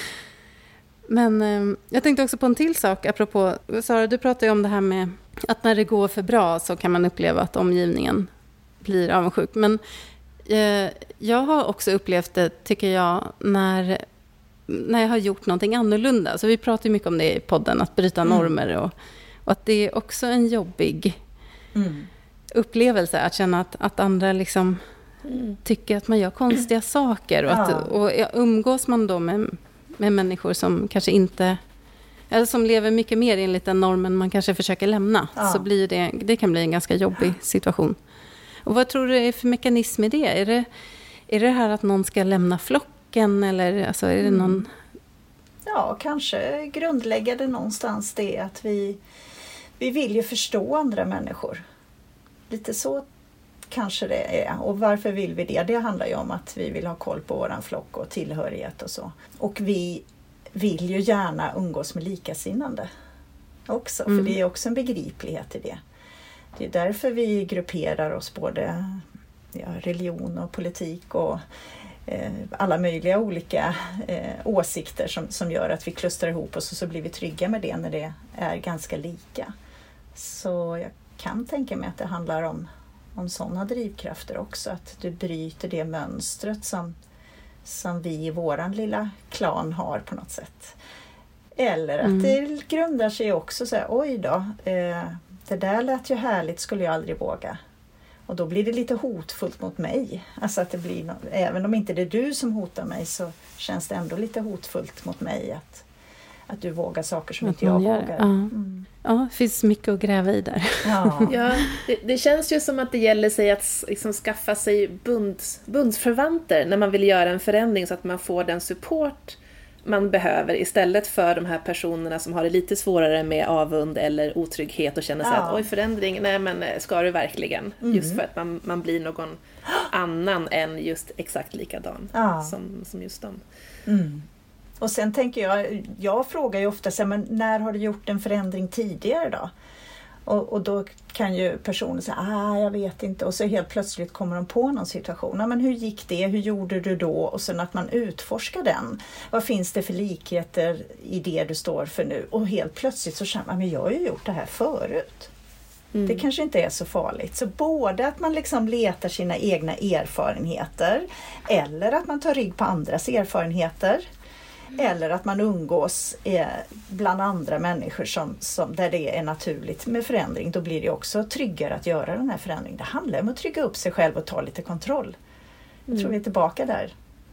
Men jag tänkte också på en till sak, apropå, Sara, du pratade ju om det här med att när det går för bra så kan man uppleva att omgivningen blir avundsjuk. Men jag har också upplevt det, tycker jag, när jag har gjort någonting annorlunda. Så vi pratar ju mycket om det i podden, att bryta normer. Och att det är också en jobbig upplevelse att känna att andra liksom tycker att man gör konstiga saker. Och umgås man då med människor som kanske inte, eller som lever mycket mer enligt den normen man kanske försöker lämna, så blir det kan bli en ganska jobbig situation. Och vad tror du är för mekanism i det? Är det här att någon ska lämna flocken, eller alltså, är det någon... Ja, kanske grundläggande någonstans det att vi vill ju förstå andra människor. Lite så kanske det är. Och varför vill vi det? Det handlar ju om att vi vill ha koll på våran flock och tillhörighet och så. Och vi vill ju gärna umgås med likasinnande också. För det är också en begriplighet i det. Det är därför vi grupperar oss både religion och politik och alla möjliga olika åsikter som gör att vi klustrar ihop oss, och så blir vi trygga med det när det är ganska lika. Så jag kan tänka mig att det handlar om sådana drivkrafter också, att du bryter det mönstret som vi i våran lilla klan har på något sätt. Eller att det grundar sig också så här, oj då, det där lät ju härligt, skulle jag aldrig våga. Och då blir det lite hotfullt mot mig. Alltså att det blir även om inte det är du som hotar mig, så känns det ändå lite hotfullt mot mig att du vågar saker som inte jag vågar. Ja, det finns mycket att gräva i där. Ja, det känns ju som att det gäller sig att liksom skaffa sig bundsförvanter när man vill göra en förändring, så att man får den support man behöver istället för de här personerna som har det lite svårare med avund eller otrygghet och känner sig att oj, förändring, nej men ska du verkligen? Just för att man blir någon annan än just exakt likadan som just dem. Och sen tänker jag frågar ju ofta så här, men när har du gjort en förändring tidigare då? Och då kan ju personen säga, jag vet inte. Och så helt plötsligt kommer de på någon situation. Men hur gick det? Hur gjorde du då? Och sen att man utforskar den. Vad finns det för likheter i det du står för nu? Och helt plötsligt så känner man, men jag har ju gjort det här förut. Det kanske inte är så farligt. Så både att man liksom letar sina egna erfarenheter. Eller att man tar rygg på andras erfarenheter. Eller att man umgås bland andra människor som där det är naturligt med förändring. Då blir det också tryggare att göra den här förändringen. Det handlar om att trygga upp sig själv och ta lite kontroll. Jag tror vi är tillbaka där.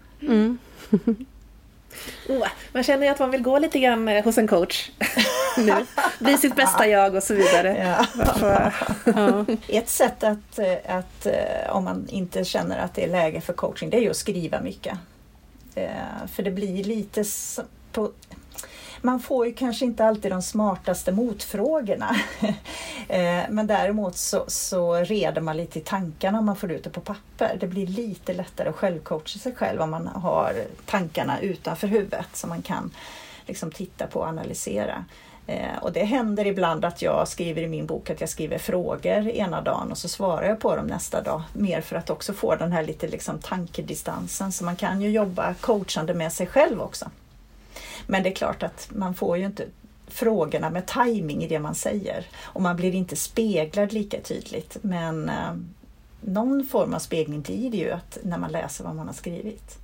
Man känner ju att man vill gå lite grann hos en coach nu. Bli sitt bästa jag och så vidare. Ett sätt att om man inte känner att det är läge för coaching, det är ju att skriva mycket. För det blir lite man får ju kanske inte alltid de smartaste motfrågorna. Men däremot så reder man lite i tankarna om man får ut det på papper. Det blir lite lättare att självcoacha sig själv om man har tankarna utanför huvudet som man kan liksom titta på och analysera. Och det händer ibland att jag skriver i min bok att jag skriver frågor ena dagen och så svarar jag på dem nästa dag. Mer för att också få den här lite liksom tankedistansen. Så man kan ju jobba coachande med sig själv också. Men det är klart att man får ju inte frågorna med timing i det man säger. Och man blir inte speglad lika tydligt. Men någon form av spegling blir det ju att när man läser vad man har skrivit.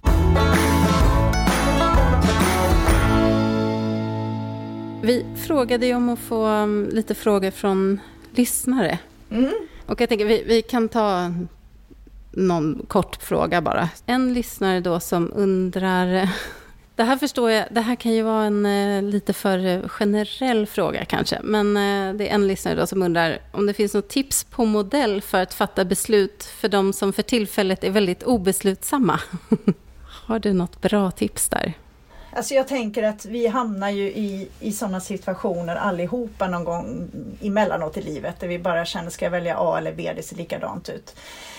Vi frågade ju om att få lite frågor från lyssnare. Och jag tänker vi kan ta någon kort fråga bara. En lyssnare då som undrar... Det här förstår jag, det här kan ju vara en lite för generell fråga kanske. Men det är en lyssnare då som undrar om det finns något tips på modell för att fatta beslut för de som för tillfället är väldigt obeslutsamma. Har du något bra tips där? Alltså jag tänker att vi hamnar ju i sådana situationer allihopa någon gång emellanåt i livet. Där vi bara känner, ska jag välja A eller B, det ser likadant ut.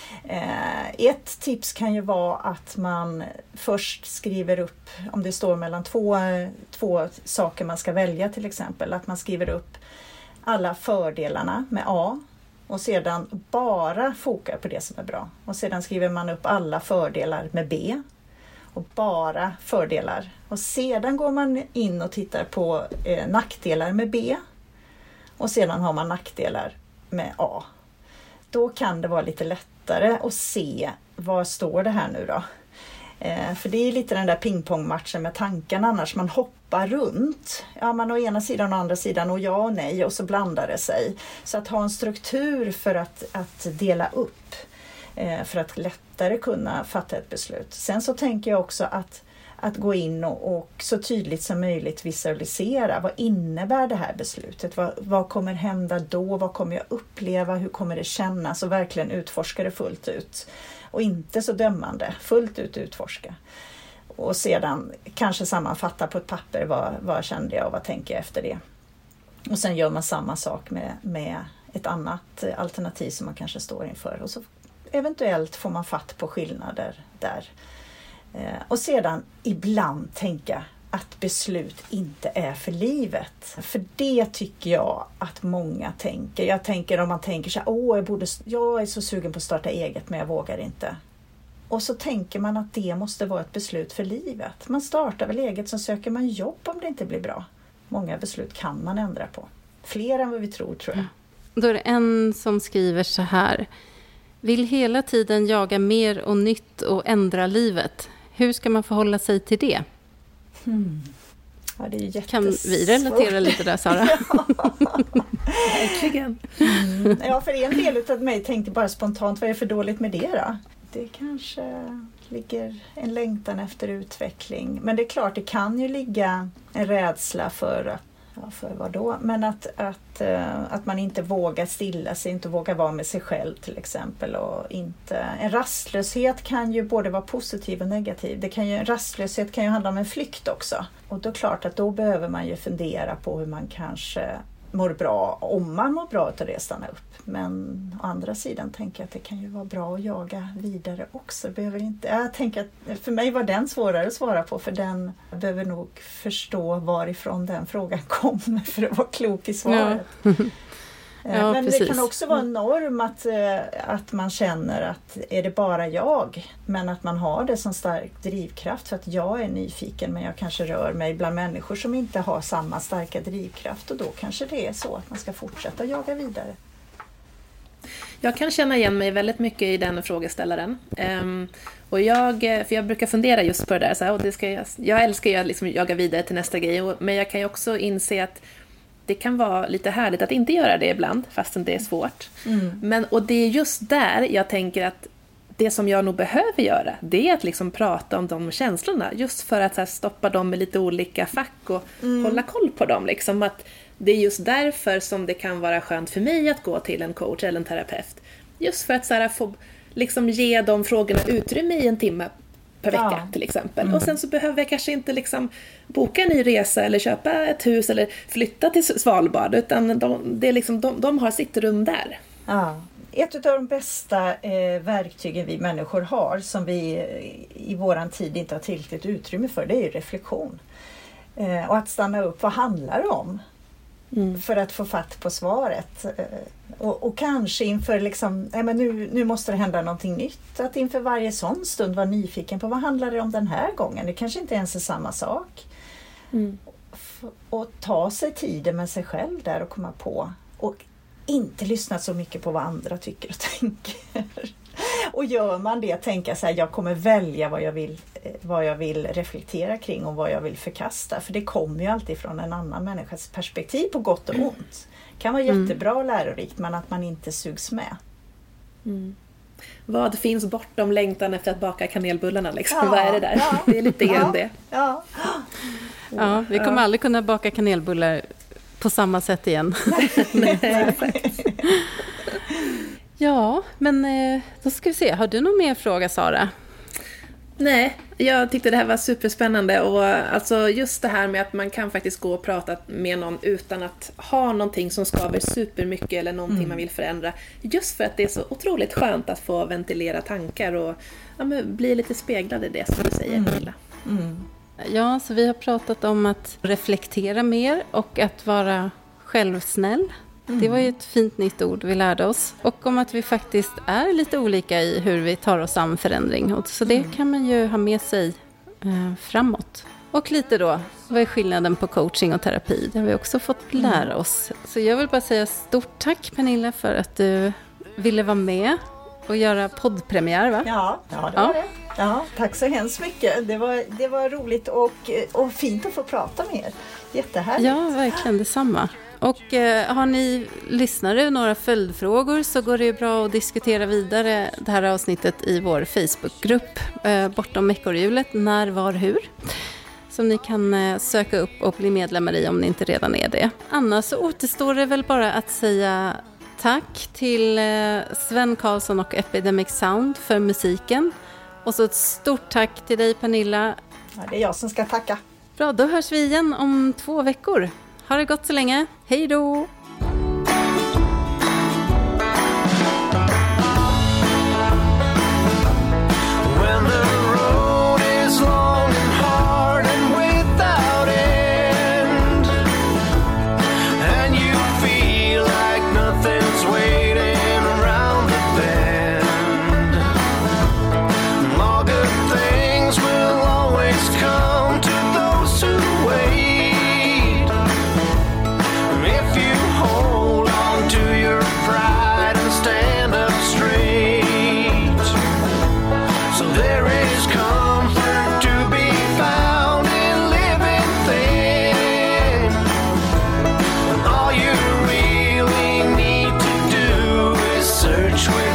Ett tips kan ju vara att man först skriver upp, om det står mellan två saker man ska välja till exempel. Att man skriver upp alla fördelarna med A och sedan bara fokar på det som är bra. Och sedan skriver man upp alla fördelar med B. Och bara fördelar. Och sedan går man in och tittar på nackdelar med B. Och sedan har man nackdelar med A. Då kan det vara lite lättare att se vad står det här nu då. För det är lite den där pingpongmatchen med tankarna annars. Man hoppar runt. Ja, man har ena sidan och andra sidan och ja och nej och så blandar det sig. Så att ha en struktur för att dela upp. För att lättare kunna fatta ett beslut. Sen så tänker jag också att gå in och så tydligt som möjligt visualisera. Vad innebär det här beslutet? Vad kommer hända då? Vad kommer jag uppleva? Hur kommer det kännas? Och verkligen utforska det fullt ut. Och inte så dömande. Fullt ut utforska. Och sedan kanske sammanfatta på ett papper. Vad kände jag och vad tänker jag efter det? Och sen gör man samma sak med ett annat alternativ som man kanske står inför. Och så eventuellt får man fatt på skillnader där. Och sedan ibland tänka att beslut inte är för livet. För det tycker jag att många tänker. Jag tänker om man tänker så här, jag är så sugen på att starta eget men jag vågar inte. Och så tänker man att det måste vara ett beslut för livet. Man startar väl eget så söker man jobb om det inte blir bra. Många beslut kan man ändra på. Fler än vad vi tror jag. Då är det en som skriver så här. Vill hela tiden jaga mer och nytt och ändra livet. Hur ska man förhålla sig till det? Ja, det är jättesvårt. Kan vi relatera lite där, Sara? Verkligen. Ja, för en del av mig tänkte bara spontant, vad är för dåligt med det då? Det kanske ligger en längtan efter utveckling. Men det är klart, det kan ju ligga en rädsla för Ja, för vad då? Men att man inte vågar stilla sig, inte vågar vara med sig själv till exempel. Och en rastlöshet kan ju både vara positiv och negativ. En rastlöshet kan ju handla om en flykt också. Och då är det klart att då behöver man ju fundera på hur man kanske mår bra, om man mår bra av det, stanna upp. Men å andra sidan tänker jag att det kan ju vara bra att jaga vidare också. Jag tänker att för mig var den svårare att svara på, för den behöver nog förstå varifrån den frågan kommer för att vara klok i svaret. Ja. Ja, men precis. Det kan också vara en norm att man känner att är det bara jag, men att man har det som stark drivkraft för att jag är nyfiken, men jag kanske rör mig bland människor som inte har samma starka drivkraft, och då kanske det är så att man ska fortsätta jaga vidare. Jag kan känna igen mig väldigt mycket i den frågeställaren. Och jag brukar fundera just på det där. Så här, och jag älskar ju att liksom jaga vidare till nästa grej. Men jag kan ju också inse att det kan vara lite härligt att inte göra det ibland, fastän det är svårt. Och det är just där jag tänker att det som jag nog behöver göra, det är att liksom prata om de känslorna. Just för att så här, stoppa dem i lite olika fack och hålla koll på dem. Liksom, att det är just därför som det kan vara skönt för mig att gå till en coach eller en terapeut. Just för att så här, få liksom, ge de frågorna utrymme i en timme per vecka till exempel. Och sen så behöver jag kanske inte liksom, boka en ny resa eller köpa ett hus eller flytta till Svalbard. Utan de har sitt rum där. Ja. Ett av de bästa verktygen vi människor har, som vi i våran tid inte har tillräckligt utrymme för, det är ju reflektion. Och att stanna upp, vad handlar det om? För att få fatt på svaret. Och kanske inför liksom, men nu måste det hända någonting nytt. Att inför varje sån stund vara nyfiken på vad handlar det om den här gången. Det kanske inte ens är samma sak. Och ta sig tiden med sig själv där och komma på. Och inte lyssna så mycket på vad andra tycker och tänker. Och gör man det, tänka så här, jag kommer välja vad jag vill reflektera kring och vad jag vill förkasta. För det kommer ju alltid från en annan människas perspektiv på gott och ont. Det kan vara jättebra och lärorikt, men att man inte sugs med. Vad finns bortom längtan efter att baka kanelbullarna? Liksom? Vad är det där? Ja. Det är lite grann det. Ja, vi kommer aldrig kunna baka kanelbullar på samma sätt igen. Nej, exakt. Ja, men då ska vi se. Har du någon mer fråga, Sara? Nej, jag tyckte det här var superspännande. Och alltså just det här med att man kan faktiskt gå och prata med någon utan att ha någonting som skaver supermycket eller någonting man vill förändra. Just för att det är så otroligt skönt att få ventilera tankar och bli lite speglad i det som du säger, Milla. Ja, så vi har pratat om att reflektera mer och att vara självsnäll. Det var ju ett fint nytt ord vi lärde oss. Och om att vi faktiskt är lite olika i hur vi tar oss an förändring. Och så det kan man ju ha med sig framåt. Och lite då, vad är skillnaden på coaching och terapi? Det har vi också fått lära oss. Så jag vill bara säga stort tack, Pernilla, för att du ville vara med och göra poddpremiär, va? Ja, det var det. Ja, tack så hemskt mycket. Det var roligt och fint att få prata med er. Jättehärligt. Ja, verkligen detsamma. Och har ni lyssnare några följdfrågor så går det ju bra att diskutera vidare det här avsnittet i vår Facebookgrupp Bortom ekorrhjulet, när, var, hur. Som ni kan söka upp och bli medlemmar i om ni inte redan är det. Annars så återstår det väl bara att säga tack till Sven Karlsson och Epidemic Sound för musiken. Och så ett stort tack till dig, Pernilla. Ja, det är jag som ska tacka. Bra, då hörs vi igen om 2 veckor. Ha det gott så länge. Hej då! When the road is long and hard and without end, and you feel like nothing's waiting around the bend, all good things will always come to those who wait. If you hold on to your pride and stand up straight, so there is comfort to be found in living thin. All you really need to do is search within.